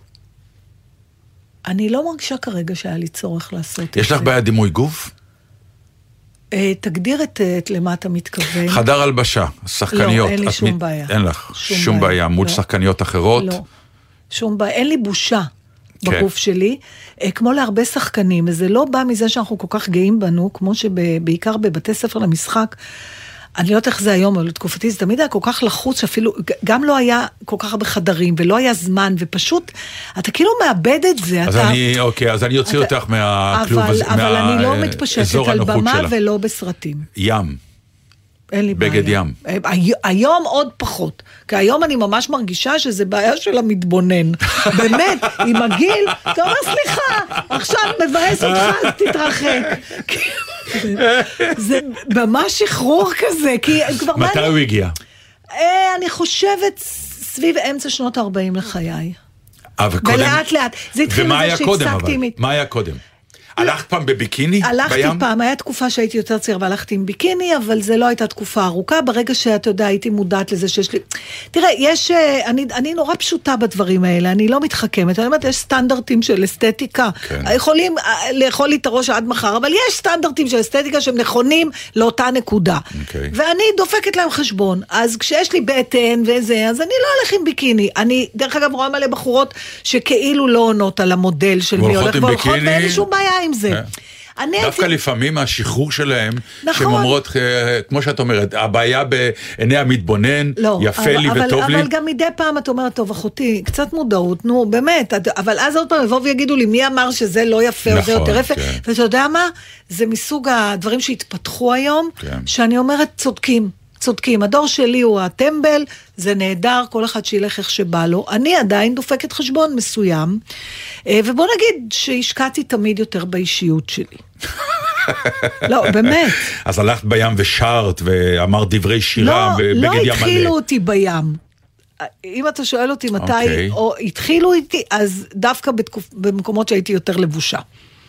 אני לא מרגישה כרגע שהיה לי צורך לעשות את זה. יש לך בעיה דימוי גוף? תגדיר את למה אתה מתכוון. חדר הלבשה, שחקניות. לא, אין לי שום בעיה. אין לך שום בעיה מול שחקניות אחרות? לא, שום בעיה. אין לי בושה בגוף שלי, כמו להרבה שחקנים, וזה לא בא מזה שאנחנו כל כך גאים בנו, כמו שבעיקר בבתי ספר למשחק, אני לא יודעת איך זה היום, אבל לתקופתי זה תמיד היה כל כך לחוץ, שאפילו גם לא היה כל כך הרבה חדרים, ולא היה זמן, ופשוט, אתה כאילו מאבד את זה. אז אתה, אני, אוקיי, אז אני אוציא אותך מהכלוב הזה, אבל, אבל אני לא מתפשטת על במה ולא בסרטים. ים. אין לי בעיה. בגד ים. היום עוד פחות, כי היום אני ממש מרגישה שזה בעיה של המתבונן. באמת, עם הגיל, אתה אומר, סליחה, עכשיו מבאס אותך, אז תתרחק. זה ממש שחרור כזה, כי כבר... מתי הוא הגיע? אני חושבת סביב אמצע שנות ה-ארבעים לחיי. ולאט לאט. זה התחיל מזה שהפסקתי... מה היה קודם? הלכת פעם בביקיני? הלכתי פעם, היה תקופה שהייתי יותר צעיר והלכתי עם ביקיני, אבל זה לא הייתה תקופה ארוכה, ברגע שאתה יודע, הייתי מודעת לזה שיש לי... תראה, יש, אני, אני נורא פשוטה בדברים האלה, אני לא מתחכמת, אני אומרת, יש סטנדרטים של אסתטיקה, כן. יכולים לאכול לי את הראש עד מחר, אבל יש סטנדרטים של אסתטיקה שהם נכונים לאותה נקודה. Okay. ואני דופקת להם חשבון, אז כשיש לי בטן וזה, אז אני לא הולך עם ביקיני. אני, דרך אגב, רואה מלא בחורות שכאילו לא עונות על המודל של מי הולך והולכות, ואין לי שום בעיה עם זה. דווקא הייתי... לפעמים השחרור שלהם, נכון. שהן אומרות, כמו שאת אומרת, הבעיה בעיני המתבונן, לא, יפה אבל, לי אבל, וטוב אבל לי. אבל גם מדי פעם את אומרת, טוב, אחותי, קצת מודעות, נו, באמת, אבל אז עוד פעם יבואו ויגידו לי, מי אמר שזה לא יפה נכון, או זה יותר יפה, כן. ואתה יודע מה? זה מסוג הדברים שהתפתחו היום, כן. שאני אומרת, צודקים. צודקים, הדור שלי הוא הטמבל, זה נהדר, כל אחד שילך איך שבא לו, אני עדיין דופקת חשבון מסוים, ובוא נגיד שהשקעתי תמיד יותר באישיות שלי. לא, באמת. אז הלכת בים ושרת, ואמרת דברי שירה לא, בבגד ים מלא. לא התחילו אותי בים. אם אתה שואל אותי מתי, okay. או התחילו איתי, אז דווקא בתקופ... במקומות שהייתי יותר לבושה.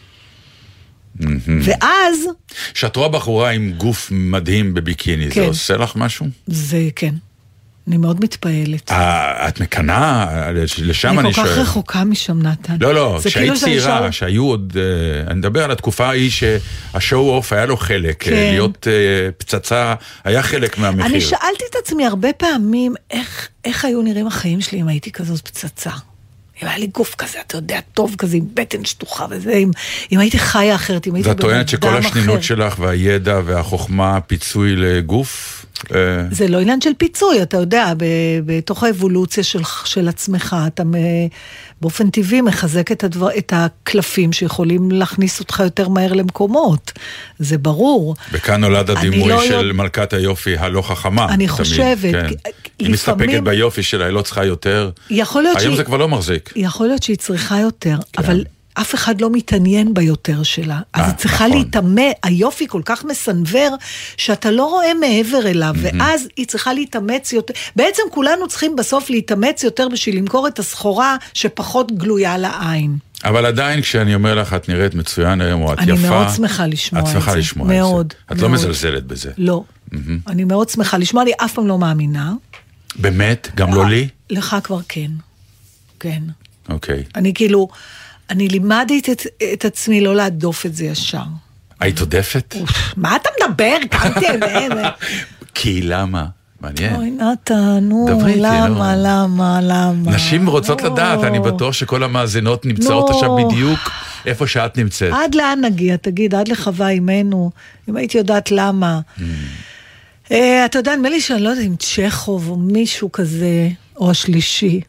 ואז... שאת רואה בחורה עם גוף מדהים בביקיני, זה עושה לך משהו? זה כן. אני מאוד מתפעלת. את מקנה? לשם אני שואל. אני כל כך רחוקה משם, נתן. לא, לא, שהיית צעירה, שהיו עוד... אני מדבר על התקופה ההיא שהשואו אוף היה לו חלק, להיות פצצה, היה חלק מהמחיר. אני שאלתי את עצמי הרבה פעמים, איך היו נראים החיים שלי אם הייתי כזאת פצצה? אם היה לי גוף כזה, אתה יודע, טוב כזה, עם בטן שטוחה וזה, אם, אם הייתי חיה אחרת, אם הייתי בן אדם אחר. ואת טוענת שכל השנינות שלך והידע והחוכמה פיצוי לגוף? זה לא עניין של פיצוי, אתה יודע, בתוך האבולוציה של, של עצמך, אתה באופן טבעי מחזק את, הדבר, את הקלפים שיכולים להכניס אותך יותר מהר למקומות, זה ברור. וכאן נולד הדימוי לא של יודע... מלכת היופי הלא חכמה. אני תמיד, חושבת. כן. היא לפעמים... מסתפקת ביופי שלה, היא לא צריכה יותר. יכול להיות היום שהיא... זה כבר לא מחזיק. יכול להיות שהיא צריכה יותר, כן. אבל... אף אחד לא מתעניין ביותר שלה. אז היא צריכה נכון. להתאמץ, היופי כל כך מסנבר, שאתה לא רואה מעבר אליו, mm-hmm. ואז היא צריכה להתאמץ יותר. בעצם כולנו צריכים בסוף להתאמץ יותר, בשביל למכור את הסחורה, שפחות גלויה לעין. אבל עדיין כשאני אומר לך, את נראית מצוין היום, או את אני יפה. אני מאוד שמחה לשמוע את זה. את שמחה לשמוע את מאוד, זה. את לא מזלזלת בזה. לא. Mm-hmm. אני מאוד שמחה לשמוע, אני אף פעם לא מאמינה. באמת? גם לא לי? לך כבר כן. כן. אוקיי. אני כאילו... אני לימדתי את, את עצמי לא להדוף את זה ישר. היית עודפת? מה אתה מדבר? קמתם? כי למה? מעניין. אוי נתן, נו, למה, למה, למה? נשים רוצות לדעת, אני בטוח שכל המאזינות נמצאות עכשיו בדיוק איפה שאת נמצאת. עד לאן נגיע? תגיד, עד לחווה אימנו, אם הייתי יודעת למה. אתה יודע, נדמה לי שאני לא יודעת אם צ'כוב או מישהו כזה... או השלישי.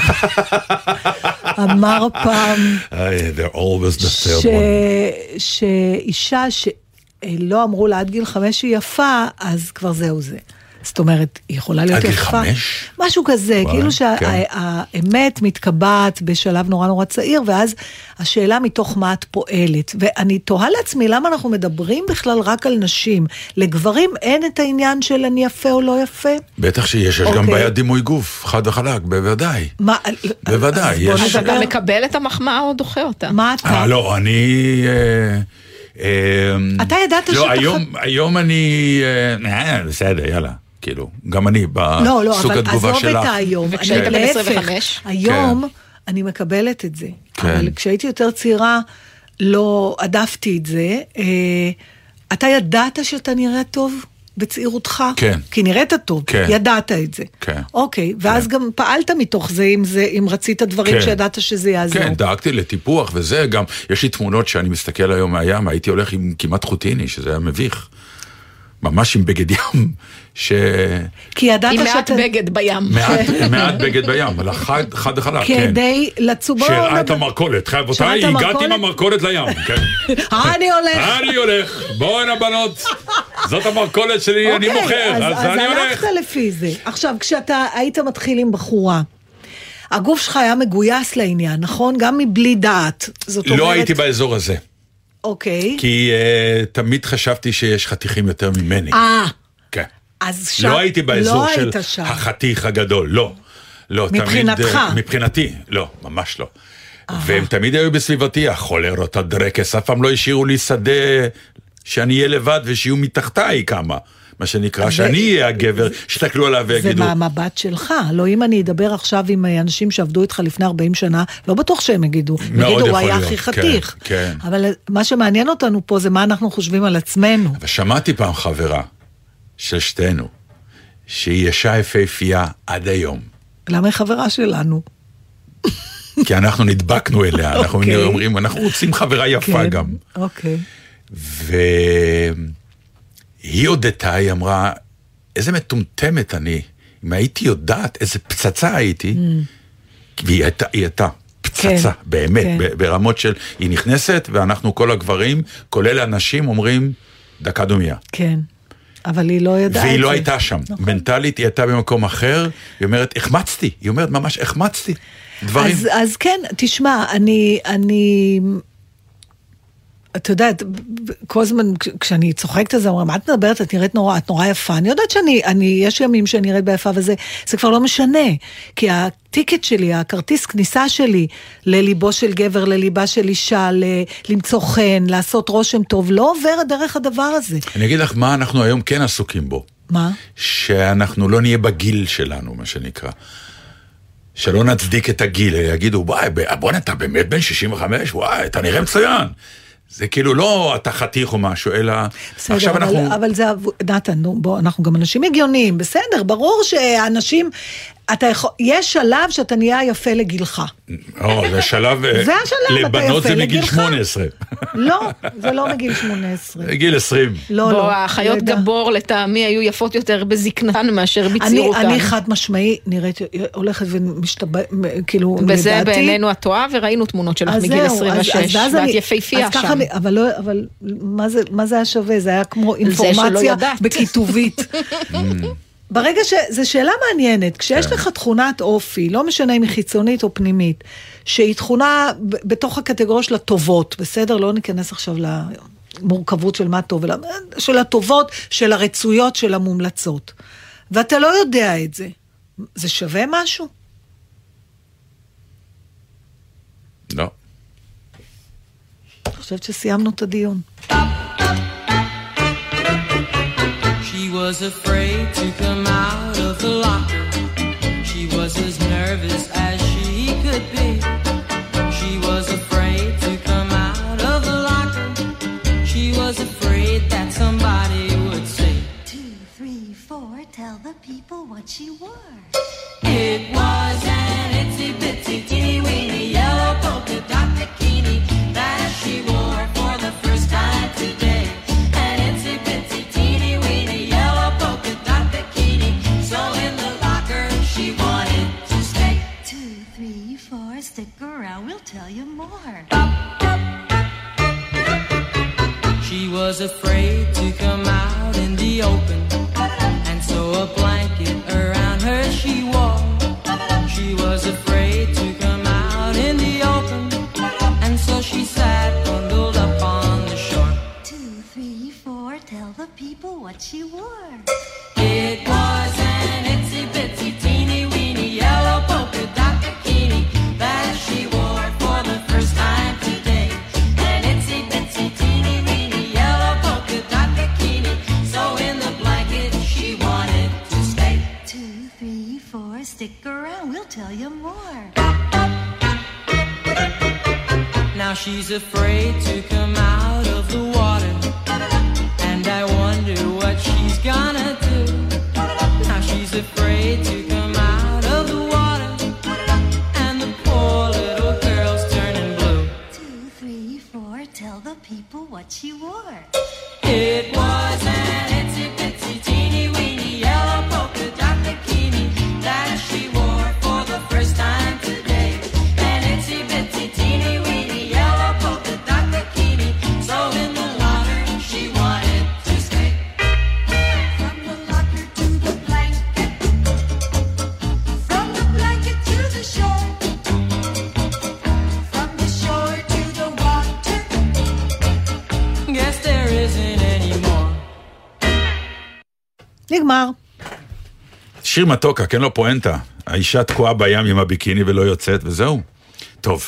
אמר פעם שאישה שלא אמרו לה עד גיל חמש היא יפה, אז כבר זהו זה. זאת אומרת, היא יכולה להיות יפה. משהו כזה, כאילו שהאמת מתקבעת בשלב נורא נורא צעיר, ואז השאלה מתוך מה את פועלת. ואני תוהה לעצמי למה אנחנו מדברים בכלל רק על נשים. לגברים אין את העניין של אני יפה או לא יפה? בטח שיש, יש גם בעיית דימוי גוף, חד וחלק, בוודאי. מה? בוודאי. אז אתה מקבל את המחמאה או דוחה אותה? מה אתה? אה, לא, אני... אתה ידעת לא, היום אני... בסדר, יאללה. כאילו, גם אני, בסוג התגובה שלך. לא, אבל עזוב את היום. וכשהיית בן עשרים וחמש? היום אני מקבלת את זה. אבל כשהייתי יותר צעירה, לא עדפתי את זה. אתה ידעת שאתה נראה טוב בצעירותך? כן. כי נראית טוב, ידעת את זה. כן. אוקיי, ואז גם פעלת מתוך זה, אם רצית דברים שידעת שזה יעזור. כן, דאגתי לטיפוח וזה, גם יש לי תמונות שאני מסתכל היום מהים, הייתי הולך עם כמעט חוטיני, שזה היה מביך. ממש עם בגד ים, ש... כי ידעת עם מעט בגד בים. מעט בגד בים, אבל חד וחלק, כן. כדי לצובו... שהראה את המרכולת, חייבותיי, הגעתי עם המרכולת לים, כן. אני הולך. אני הולך, בואו הבנות, זאת המרכולת שלי, אני מוכר, אז אני הולך. אז הלכת לפי זה. עכשיו, כשאתה היית מתחיל עם בחורה, הגוף שלך היה מגויס לעניין, נכון? גם מבלי דעת. לא הייתי באזור הזה. אוקיי. כי uh, תמיד חשבתי שיש חתיכים יותר ממני. אה. כן. אז שם... לא הייתי באזור לא של שם. החתיך הגדול, לא. לא, מבחינתך. תמיד, uh, מבחינתי, לא, ממש לא. אה. והם תמיד היו בסביבתי, החולרות, הדרקס, אף פעם לא השאירו לי שדה שאני אהיה לבד ושיהיו מתחתיי כמה. מה שנקרא, שאני אהיה הגבר, שתקלו עליו ויגידו... זה מהמבט שלך, לא אם אני אדבר עכשיו עם אנשים שעבדו איתך לפני ארבעים שנה, לא בטוח שהם יגידו, יגידו, הוא היה הכי חתיך. כן. אבל מה שמעניין אותנו פה זה מה אנחנו חושבים על עצמנו. ושמעתי פעם חברה של שתינו, שהיא ישה יפהפייה עד היום. למה היא חברה שלנו? כי אנחנו נדבקנו אליה, אנחנו אומרים, אנחנו רוצים חברה יפה גם. אוקיי. והיא הודתה, היא אמרה, איזה מטומטמת אני, אם הייתי יודעת איזה פצצה הייתי, והיא הייתה, היא הייתה פצצה, באמת, ברמות של, היא נכנסת, ואנחנו כל הגברים, כולל האנשים, אומרים, דקה דומיה. כן. אבל היא לא ידעה. והיא לא הייתה שם. מנטלית היא הייתה במקום אחר, היא אומרת, החמצתי. היא אומרת, ממש, החמצתי. דברים. אז, אז כן, תשמע, אני, אני, אתה יודעת, כל הזמן, כשאני צוחקת על זה, אומרים, את מדברת, את נראית נורא, את נורא יפה. אני יודעת שאני, אני, יש ימים שאני נראית ביפה, וזה, זה כבר לא משנה. כי הטיקט שלי, הכרטיס כניסה שלי, לליבו של גבר, לליבה של אישה, ל, למצוא חן, לעשות רושם טוב, לא עובר דרך הדבר הזה. אני אגיד לך מה אנחנו היום כן עסוקים בו. מה? שאנחנו לא נהיה בגיל שלנו, מה שנקרא. שלא נצדיק את הגיל, יגידו, וואי, בוא אתה באמת בן שישים וחמש, וואי, אתה נראה מצוין. זה כאילו לא אתה חתיך או משהו, אלא... בסדר, עכשיו אבל, אנחנו... אבל זה... נתן, נו, בוא, אנחנו גם אנשים הגיוניים, בסדר, ברור שאנשים... אתה יכול, יש שלב שאתה נהיה יפה לגילך. או, זה שלב... זה השלב, לבנות זה מגיל שמונה עשרה. לא, זה לא מגיל שמונה עשרה. גיל עשרים. לא, לא. החיות גבור לטעמי היו יפות יותר בזקנן מאשר בצעירותן. אני חד משמעי נראית, הולכת ומשתבא, כאילו, וזה בעינינו התואר, וראינו תמונות שלך מגיל עשרים ושש, ואת יפהפייה שם. אבל מה זה היה שווה? זה היה כמו אינפורמציה בכיתובית. ברגע שזו שאלה מעניינת, כשיש לך תכונת אופי, לא משנה אם היא חיצונית או פנימית, שהיא תכונה בתוך הקטגוריה של הטובות, בסדר? לא ניכנס עכשיו למורכבות של מה טוב, אלא של הטובות, של הרצויות, של המומלצות. ואתה לא יודע את זה. זה שווה משהו? לא. אני חושבת שסיימנו את הדיון. Was afraid to come out of the locker. She was as nervous as she could be. She was afraid to come out of the locker. She was afraid that somebody would say, two, three, four, tell the people what she wore. It was an itsy bitsy teeny weeny yellow polka dot bikini that she wore for the first time today. Stick around, we'll tell you more. She was afraid to come out in the open, and so a blanket around her she wore. She was afraid to come out in the open, and so she sat bundled up on the shore. Two, three, four, tell the people what she wore. It was an itsy bitsy teeny weeny yellow polka dot bikini that she wore for the first time today. An itsy bitsy teeny weeny yellow polka dot bikini, so in the blanket she wanted to stay. Two, three, four, stick around, we'll tell you more. Now she's afraid to come out of the water, and I wonder what she's gonna do. Now she's afraid to come out of the water, and the poor little girl's turning blue. Two, three, four, tell the people what she wore. It was an itsy bitsy teeny weeny yellow polka dot bikini that she wore for the first time today. An itsy bitsy teeny weeny yellow polka dot bikini, so in the water she wanted to stay. From the locker to the blanket, from the blanket to the shore, from the shore to the water. Guess there isn't any more. נגמר. שיר מתוקה, כן לא פואנטה. האישה תקועה בים עם הביקיני ולא יוצאת, וזהו. טוב.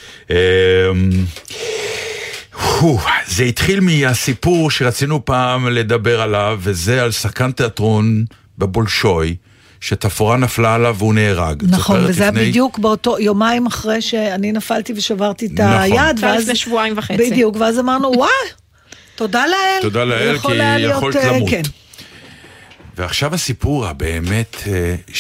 זה התחיל מהסיפור שרצינו פעם לדבר עליו, וזה על שחקן תיאטרון בבולשוי, שתפורה נפלה עליו והוא נהרג. נכון, וזה היה בדיוק באותו יומיים אחרי שאני נפלתי ושברתי את היד. נכון, לפני שבועיים וחצי. בדיוק, ואז אמרנו, וואי, תודה לאל. תודה לאל, כי יכולת למות. ועכשיו הסיפור הבאמת,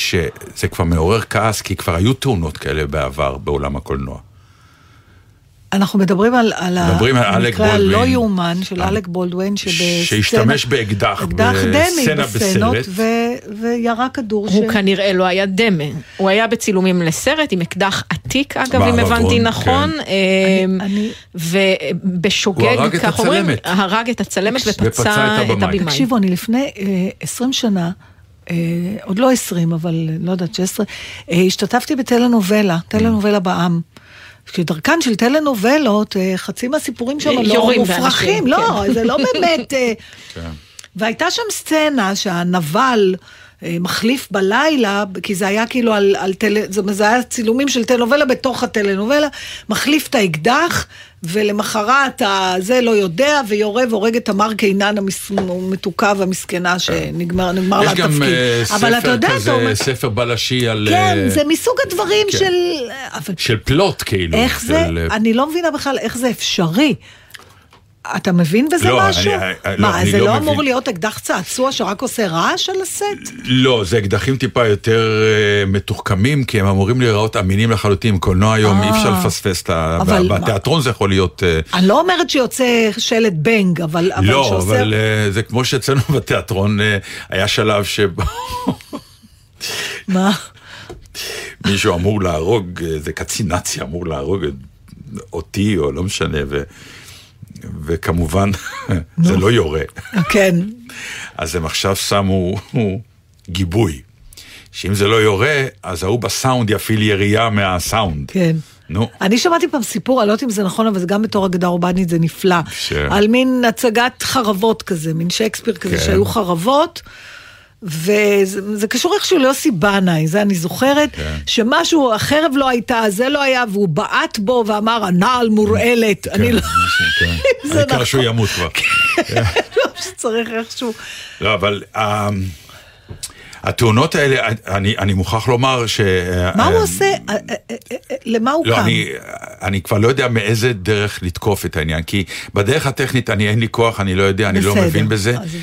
שזה כבר מעורר כעס, כי כבר היו תאונות כאלה בעבר בעולם הקולנוע. אנחנו מדברים על, על מדברים על אלק המקרה הלא בולדווין. יאומן של אלק בולדווין, שבסצנה- שהשתמש באקדח, אקדח דמי בסצנה בסצנות, בסרט. ו- וירה כדור ש... הוא כנראה לא היה דמה, הוא היה בצילומים לסרט עם אקדח עתיק, אגב, אם בערבון, הבנתי כן. נכון, אמ, אני- ובשוגג, הוא הרג את כך אומרים, הצלמת. הרג את הצלמת ופצע ופצע את את הבמאי. הבמאי. תקשיבו, אני לפני אה, עשרים שנה, אה, עוד לא עשרים, אבל לא יודעת, שש עשרה, אה, השתתפתי בטלנובלה, טלנובלה בעם. כדרכן של טלנובלות, אה, חצי מהסיפורים שם לא יורים מופרכים, באנשים, לא, זה לא באמת... אה, כן. והייתה שם סצנה שהנבל אה, מחליף בלילה, כי זה היה כאילו על, על טל... זה, זה היה צילומים של טלנובלה בתוך הטלנובלה, מחליף את האקדח, ולמחרת זה לא יודע, ויורה והורג את תמר קינן המתוקה והמסכנה שנגמר נגמר לה יש התפקיד. גם אה, אבל אתה יודע, ספר אתה אומר- כזה, ספר בלשי על... כן, אה, זה מסוג הדברים כן. של... אבל של פלוט כאילו. איך של, זה, אה, אני לא מבינה בכלל איך זה אפשרי. אתה מבין בזה לא, משהו? אני- אני- לא, מה, אני זה לא לא מבין. אמור להיות אקדח צעצוע שרק עושה רעש על הסט? לא, זה אקדחים טיפה יותר אה, מתוחכמים, כי הם אמורים להיראות אמינים לחלוטין. קולנוע היום אה. אי אפשר לפספס את ה... אבל מה- בתיאטרון זה יכול להיות... אה, אני לא אומרת שיוצא שלט בנג, אבל אבל לא, שעושה... אבל אה, זה כמו שאצלנו בתיאטרון אה, היה שלב שבו מה? מישהו אמור להרוג, אה, זה קצין נאצי אמור להרוג את- אותי, או לא משנה, ו... וכמובן זה לא יורה. כן. אז הם עכשיו שמו גיבוי. שאם זה לא יורה, אז ההוא בסאונד יפעיל ירייה מהסאונד. כן. נו. אני שמעתי פעם סיפור, אני לא יודעת אם זה נכון, אבל זה גם בתור אגדה אורבנית זה נפלא. ש- על מין הצגת חרבות כזה, מין שייקספיר כזה, כן. שהיו חרבות, וזה זה קשור איכשהו ליוסי בנאי, זה אני זוכרת, כן. שמשהו, החרב לא הייתה, זה לא היה, והוא בעט בו ואמר, הנעל מורעלת. אני לא... כן. זה העיקר נכון. שהוא ימות כבר. לא שצריך איכשהו... לא, אבל אה, התאונות האלה, אני, אני מוכרח לומר ש... מה אה, הוא עושה? אה, אה, אה, אה, למה הוא לא, קם? אני, אני כבר לא יודע מאיזה דרך לתקוף את העניין, כי בדרך הטכנית אני אין לי כוח, אני לא יודע, אני לא בסדר. מבין בזה. אז-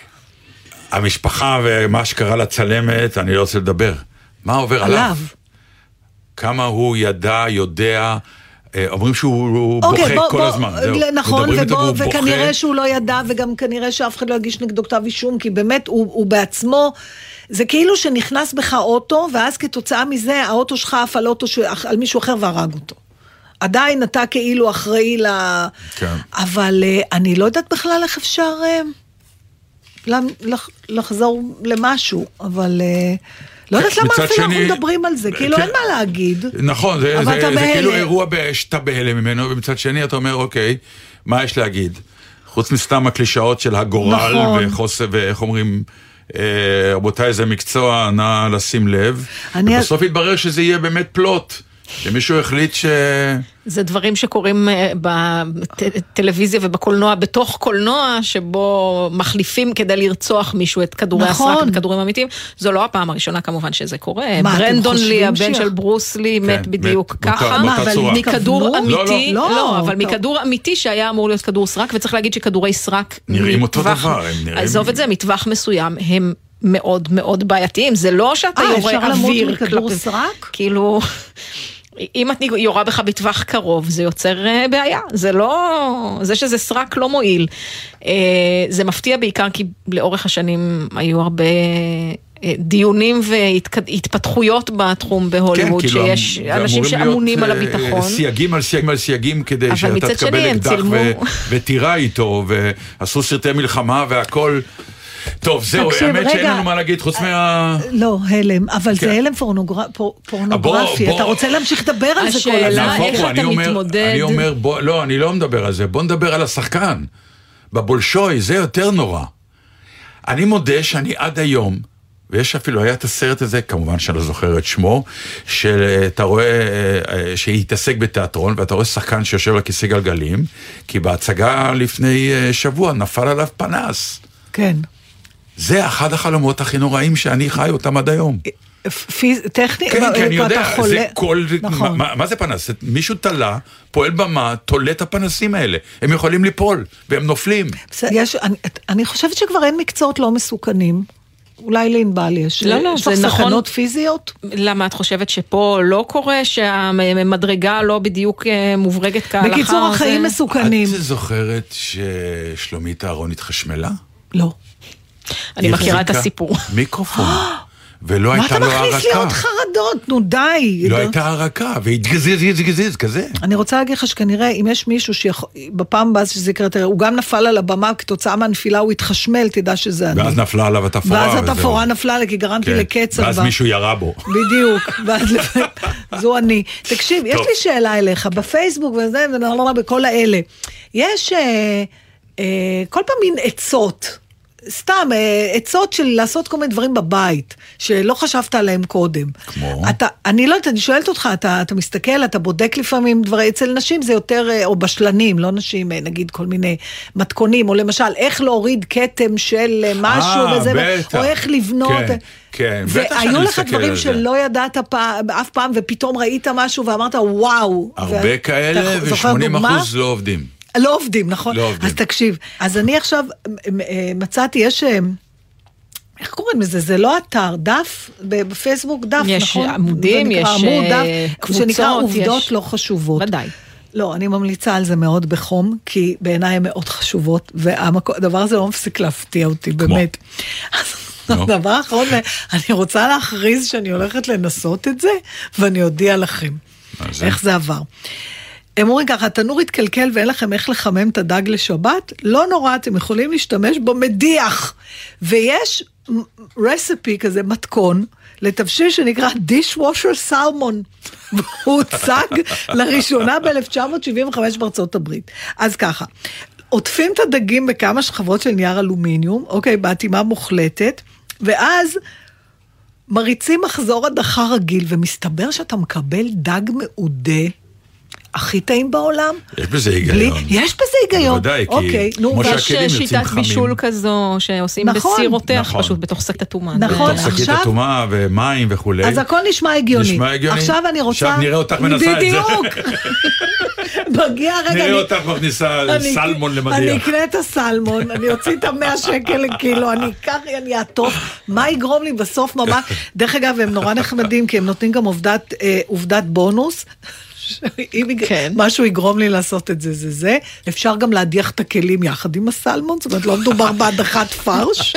המשפחה ומה שקרה לצלמת, אני לא רוצה לדבר. מה עובר עליו? עליו. כמה הוא ידע, יודע, אה, אומרים שהוא אוקיי, בוכה בוא, כל בוא, הזמן. זהו. נכון, מדברים איתו ובוא, והוא בוכה. וכנראה שהוא לא ידע, וגם כנראה שאף אחד לא יגיש נגדו כתב אישום, כי באמת הוא, הוא בעצמו, זה כאילו שנכנס בך אוטו, ואז כתוצאה מזה האוטו שלך עף על, אוטו ש... על מישהו אחר והרג אותו. עדיין אתה כאילו אחראי ל... כן. אבל uh, אני לא יודעת בכלל איך אפשר uh, לח... לחזור למשהו, אבל... Uh, לא יודעת למה מצד אפילו אנחנו שני- מדברים על זה, כאילו כן. אין מה להגיד. נכון, זה, אבל זה, אתה זה בהלם. כאילו אירוע שאתה בהלם ממנו, ומצד שני אתה אומר, אוקיי, מה יש להגיד? חוץ מסתם הקלישאות של הגורל, נכון. וחוסר, ואיך אומרים, אה, רבותיי, זה מקצוע, נא לשים לב. אני- ובסוף יתברר שזה יהיה באמת פלוט, שמישהו החליט ש... זה דברים שקורים אה, בטלוויזיה ובקולנוע, בתוך קולנוע, שבו מחליפים כדי לרצוח מישהו את כדורי נכון. הסרק, את כדורים אמיתיים. זו לא הפעם הראשונה כמובן שזה קורה. מה, אתם ברנדון חושבים לי, הבן ש- של ברוס לי, כן, מת בדיוק מת באותה- ככה. באותה אבל צורה. מכדור התכוונו? אמיתי, לא, לא. לא, לא, אבל טוב. מכדור אמיתי שהיה אמור להיות כדור סרק, וצריך להגיד שכדורי סרק... נראים אותו מטווח- דבר, הם נראים- עזוב את זה, מטווח מסוים, הם מאוד מאוד בעייתיים. זה לא שאתה אה, יורה אפשר למות אוויר. מכדור כלפי- סרק? כאילו... אם את יורה בך בטווח קרוב, זה יוצר אה, בעיה. זה לא... זה שזה סרק לא מועיל. אה, זה מפתיע בעיקר כי לאורך השנים היו הרבה אה, דיונים והתפתחויות בתחום בהוליווד, כן, כאילו, שיש זה אנשים אמורים שאמונים על להיות, אה, הביטחון. סייגים על סייגים על סייגים, כדי אבל שאתה מצד תקבל שני, הם אקדח צילמו- ו- ותירה איתו, ועשו סרטי מלחמה והכל. טוב, זהו, תקשיב, האמת שאין רגע. לנו מה להגיד, חוץ מה... לא, הלם, אבל כן. זה הלם פורנוגר- פור- פורנוגרפי, בוא- אתה בוא- רוצה להמשיך לדבר על זה כל השאלה- הזמן. איך נהפוך הוא, אתה אני אומר- מתמודד? אני אומר, בוא, לא, אני לא מדבר על זה, בוא נדבר על השחקן. בבולשוי, זה יותר נורא. אני מודה שאני עד היום, ויש אפילו, היה את הסרט הזה, כמובן שאני לא זוכר את שמו, שאתה רואה, אה, שהתעסק בתיאטרון, ואתה רואה שחקן שיושב על כיסא גלגלים, כי בהצגה לפני אה, שבוע נפל עליו פנס. כן. זה אחד החלומות הכי נוראים שאני חי אותם עד היום. פיז... טכני, כן, מה, כן, אני אתה יודע, חולה- זה כל... נכון. מה, מה זה פנס? מישהו תלה, פועל במה, תולה את הפנסים האלה. הם יכולים ליפול, והם נופלים. בסדר, יש, אני, אני חושבת שכבר אין מקצועות לא מסוכנים. אולי לענבל יש. לא, לא, יש לך זה נכון. סכנות פיזיות? למה את חושבת שפה לא קורה, שהמדרגה לא בדיוק אה, מוברגת כהלכה? בקיצור, החיים זה... מסוכנים. את זוכרת ששלומית אהרון התחשמלה? לא. אני מכירה את הסיפור. מיקרופון. ולא מה הייתה אתה לו הרקה. מכניס לי עוד חרדות? נו די. לא הייתה הרקה, והתגזיז, התגזיז, כזה. אני רוצה להגיד לך שכנראה אם יש מישהו שבפעם הבאה שזה יקרה, תראה, הוא גם נפל על הבמה, כתוצאה מהנפילה הוא התחשמל, תדע שזה אני. ואז נפלה עליו התפורה. ואז התפורה נפלה לי, כי גרמתי לקצר. ואז מישהו ירה בו. בדיוק. זו אני. תקשיב, יש לי שאלה אליך, בפייסבוק וזה, בכל האלה. יש כל פעם מין עצות. סתם, עצות של לעשות כל מיני דברים בבית, שלא חשבת עליהם קודם. כמו? אתה, אני לא יודעת, אני שואלת אותך, אתה, אתה מסתכל, אתה בודק לפעמים דברים, אצל נשים זה יותר, או בשלנים, לא נשים, נגיד כל מיני מתכונים, או למשל, איך להוריד כתם של משהו, אה, וזה, בטח. או איך לבנות. כן, כן, בטח שאני והיו לך מסתכל דברים על זה. שלא ידעת פעם, אף פעם, ופתאום ראית משהו ואמרת, וואו. הרבה ו- כאלה, אתה זוכר ו-שמונים דוגמה? אחוז לא עובדים. לא עובדים, נכון? לא עובדים. אז תקשיב, אז אני עכשיו מצאתי, יש, איך קוראים לזה? זה לא אתר, דף, בפייסבוק דף, יש נכון? עמודים, זה נקרא יש עמוד, דף, קבוצות, שנקרא עובדות יש... לא חשובות. ודאי. לא, אני ממליצה על זה מאוד בחום, כי בעיניי הן מאוד חשובות, והדבר הזה לא מפסיק להפתיע אותי, באמת. אז הדבר האחרון, אני רוצה להכריז שאני הולכת לנסות את זה, ואני אודיע לכם איך זה עבר. הם אומרים ככה, התנור התקלקל ואין לכם איך לחמם את הדג לשבת, לא נורא, אתם יכולים להשתמש בו מדיח. ויש רסיפי כזה, מתכון, לתבשיל שנקרא Dishwasher Salmon. הוא הוצג לראשונה ב-אלף תשע מאות שבעים וחמש בארצות הברית. אז ככה, עוטפים את הדגים בכמה שכבות של נייר אלומיניום, אוקיי, באטימה מוחלטת, ואז מריצים מחזור הדחה רגיל, ומסתבר שאתה מקבל דג מעודה, הכי טעים בעולם. יש בזה היגיון. יש בזה היגיון. בוודאי, אוקיי, כי נו, כמו יש שהכלים יוצאים שיטת חמים. בישול כזו שעושים נכון, בסיר רותח נכון. פשוט בתוך שקית אטומה. נכון. תוך שקית עכשיו- אטומה ומים וכולי. אז הכל נשמע הגיוני. נשמע הגיוני. עכשיו אני רוצה... עכשיו נראה אותך מנסה את זה. בדיוק. מגיע רגע... נראה אני- אותך מכניסה אני- סלמון אני למדיח. אקנה את הסלמון, אני אוציא את המאה שקל לקילו, אני אקח, אני אעטוף, מה יגרום לי בסוף ממש, דרך אגב, הם נורא נחמדים, כי הם נותנים גם עובדת, אה, עובדת בונוס, אם כן. משהו יגרום לי לעשות את זה, זה זה, אפשר גם להדיח את הכלים יחד עם הסלמון, זאת אומרת, לא מדובר בהדחת פרש,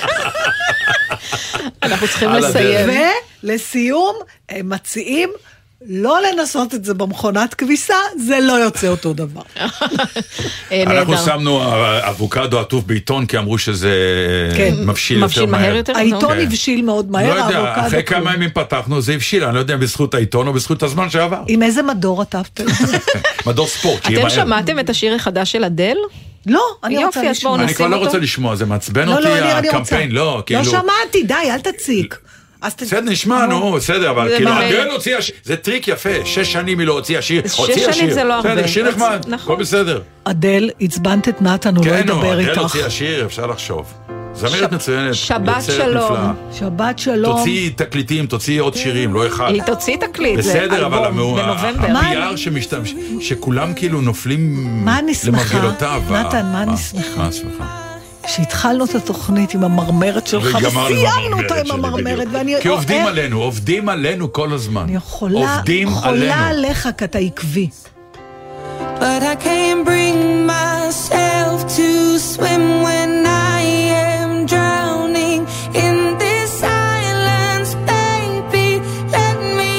אנחנו צריכים על לסיים. ולסיום, הם מציעים, לא לנסות את זה במכונת כביסה, זה לא יוצא אותו דבר. אה, אנחנו נהדר. שמנו אבוקדו עטוף בעיתון, כי אמרו שזה כן. מבשיל יותר מבשיל מהר מהר. יותר? העיתון כן. הבשיל מאוד מהר, לא יודע, האבוקדו אחרי כלום. כמה ימים פתחנו, זה הבשיל, אני לא יודע אם בזכות העיתון או בזכות הזמן שעבר. עם איזה מדור עטפת? מדור ספורט, שיהיה אתם מהר. שמעתם את השיר החדש של אדל? לא, אני יופי, רוצה אז לשמוע. בואו אני כבר נשים לא אותו? רוצה לשמוע, זה מעצבן לא, אותי, לא, אני- אני רוצה. הקמפיין, לא, כאילו... לא שמעתי, די, אל תציק. אז ת- בסדר, נשמע, נו, בסדר, אבל זה כאילו, ממילא. אדל הוציאה שיר, זה טריק יפה, שש שנים היא לא הוציאה שיר, שש הוציאה שנים שיר. זה לא הרבה. בסדר, שיר נחמד, נכון. הכל בסדר. אדל, עצבנת את נתן, הוא לא כן, נו, ידבר אדל איתך. הוציאה שיר, אפשר לחשוב. זמרת מצוינת, שבת יוצרת שלום. נפלאה. שבת שלום. תוציאי תקליטים, תוציאי עוד שירים, לא אחד. היא תוציא תקליט, זה בסדר, אבל אלבום המאו- בנובמבר. מה ה-פי אר אני- שמשתמש, שכולם כאילו נופלים מה אני שמחה? למרגלותיו. נתן, מה אני שמחה? מה את שמחה? שהתחלנו את התוכנית עם המרמרת שלך, וגמרנו עם וסיימנו אותה עם שלי, המרמרת, בדיוק. ואני... כי עובדים איך- עלינו, עובדים עלינו כל הזמן. אני יכולה, עובדים חולה עלינו. עליך, כי אתה עקבי. But I can't bring myself to swim when I am drowning in this silence, baby. Let me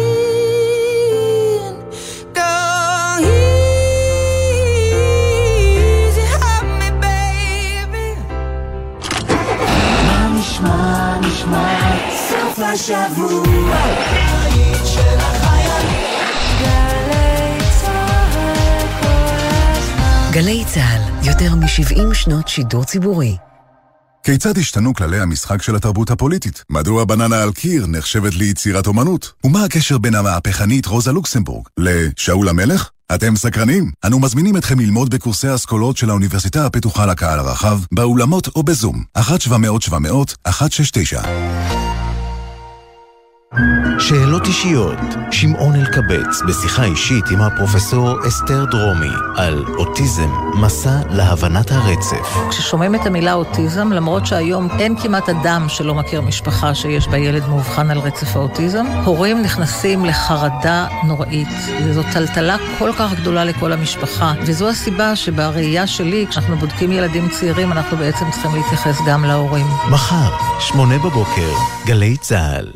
in. Go easy, help me, baby. מה נשמע, נשמע, סוף השבוע, בית של החיילים. גלי צהל כל הזמן. גלי צהל, יותר מ-שבעים שנות שידור ציבורי. כיצד השתנו כללי המשחק של התרבות הפוליטית? מדוע בננה על קיר נחשבת ליצירת אומנות? ומה הקשר בין המהפכנית רוזה לוקסמבורג לשאול המלך? אתם סקרנים? אנו מזמינים אתכם ללמוד בקורסי האסכולות של האוניברסיטה הפתוחה לקהל הרחב, באולמות או בזום. אחת שבע מאות שבע מאות אחת שש תשע. שאלות אישיות, שמעון אלקבץ בשיחה אישית עם הפרופסור אסתר דרומי על אוטיזם, מסע להבנת הרצף. כששומעים את המילה אוטיזם, למרות שהיום אין כמעט אדם שלא מכיר משפחה שיש בה ילד מאובחן על רצף האוטיזם, הורים נכנסים לחרדה נוראית. וזו טלטלה כל כך גדולה לכל המשפחה, וזו הסיבה שבראייה שלי, כשאנחנו בודקים ילדים צעירים, אנחנו בעצם צריכים להתייחס גם להורים. מחר, שמונה בבוקר, גלי צהל.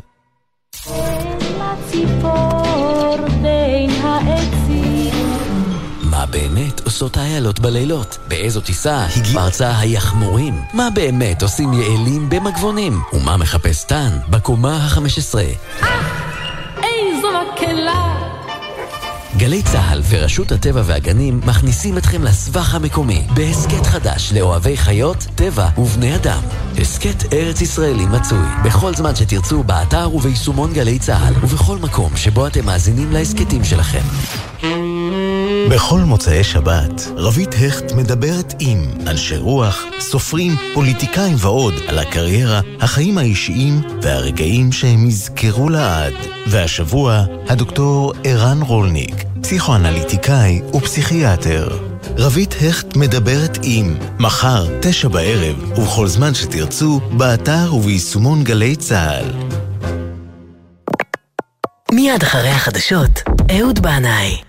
מה באמת עושות האיילות בלילות? באיזו טיסה הגיעה ארצה היחמורים? מה באמת עושים יעלים במגבונים? ומה מחפש טן בקומה ה-חמש עשרה? איזו מקלה! גלי צהל ורשות הטבע והגנים מכניסים אתכם לסבך המקומי בהסקט חדש לאוהבי חיות, טבע ובני אדם. הסקט ארץ ישראלי מצוי בכל זמן שתרצו באתר וביישומון גלי צהל ובכל מקום שבו אתם מאזינים להסקטים שלכם. בכל מוצאי שבת, רבית הכט מדברת עם אנשי רוח, סופרים, פוליטיקאים ועוד על הקריירה, החיים האישיים והרגעים שהם יזכרו לעד. והשבוע, הדוקטור ערן רולניק, פסיכואנליטיקאי ופסיכיאטר. רבית הכט מדברת עם מחר, תשע בערב, ובכל זמן שתרצו, באתר וביישומון גלי צהל. מיד אחרי החדשות, אהוד בנאי.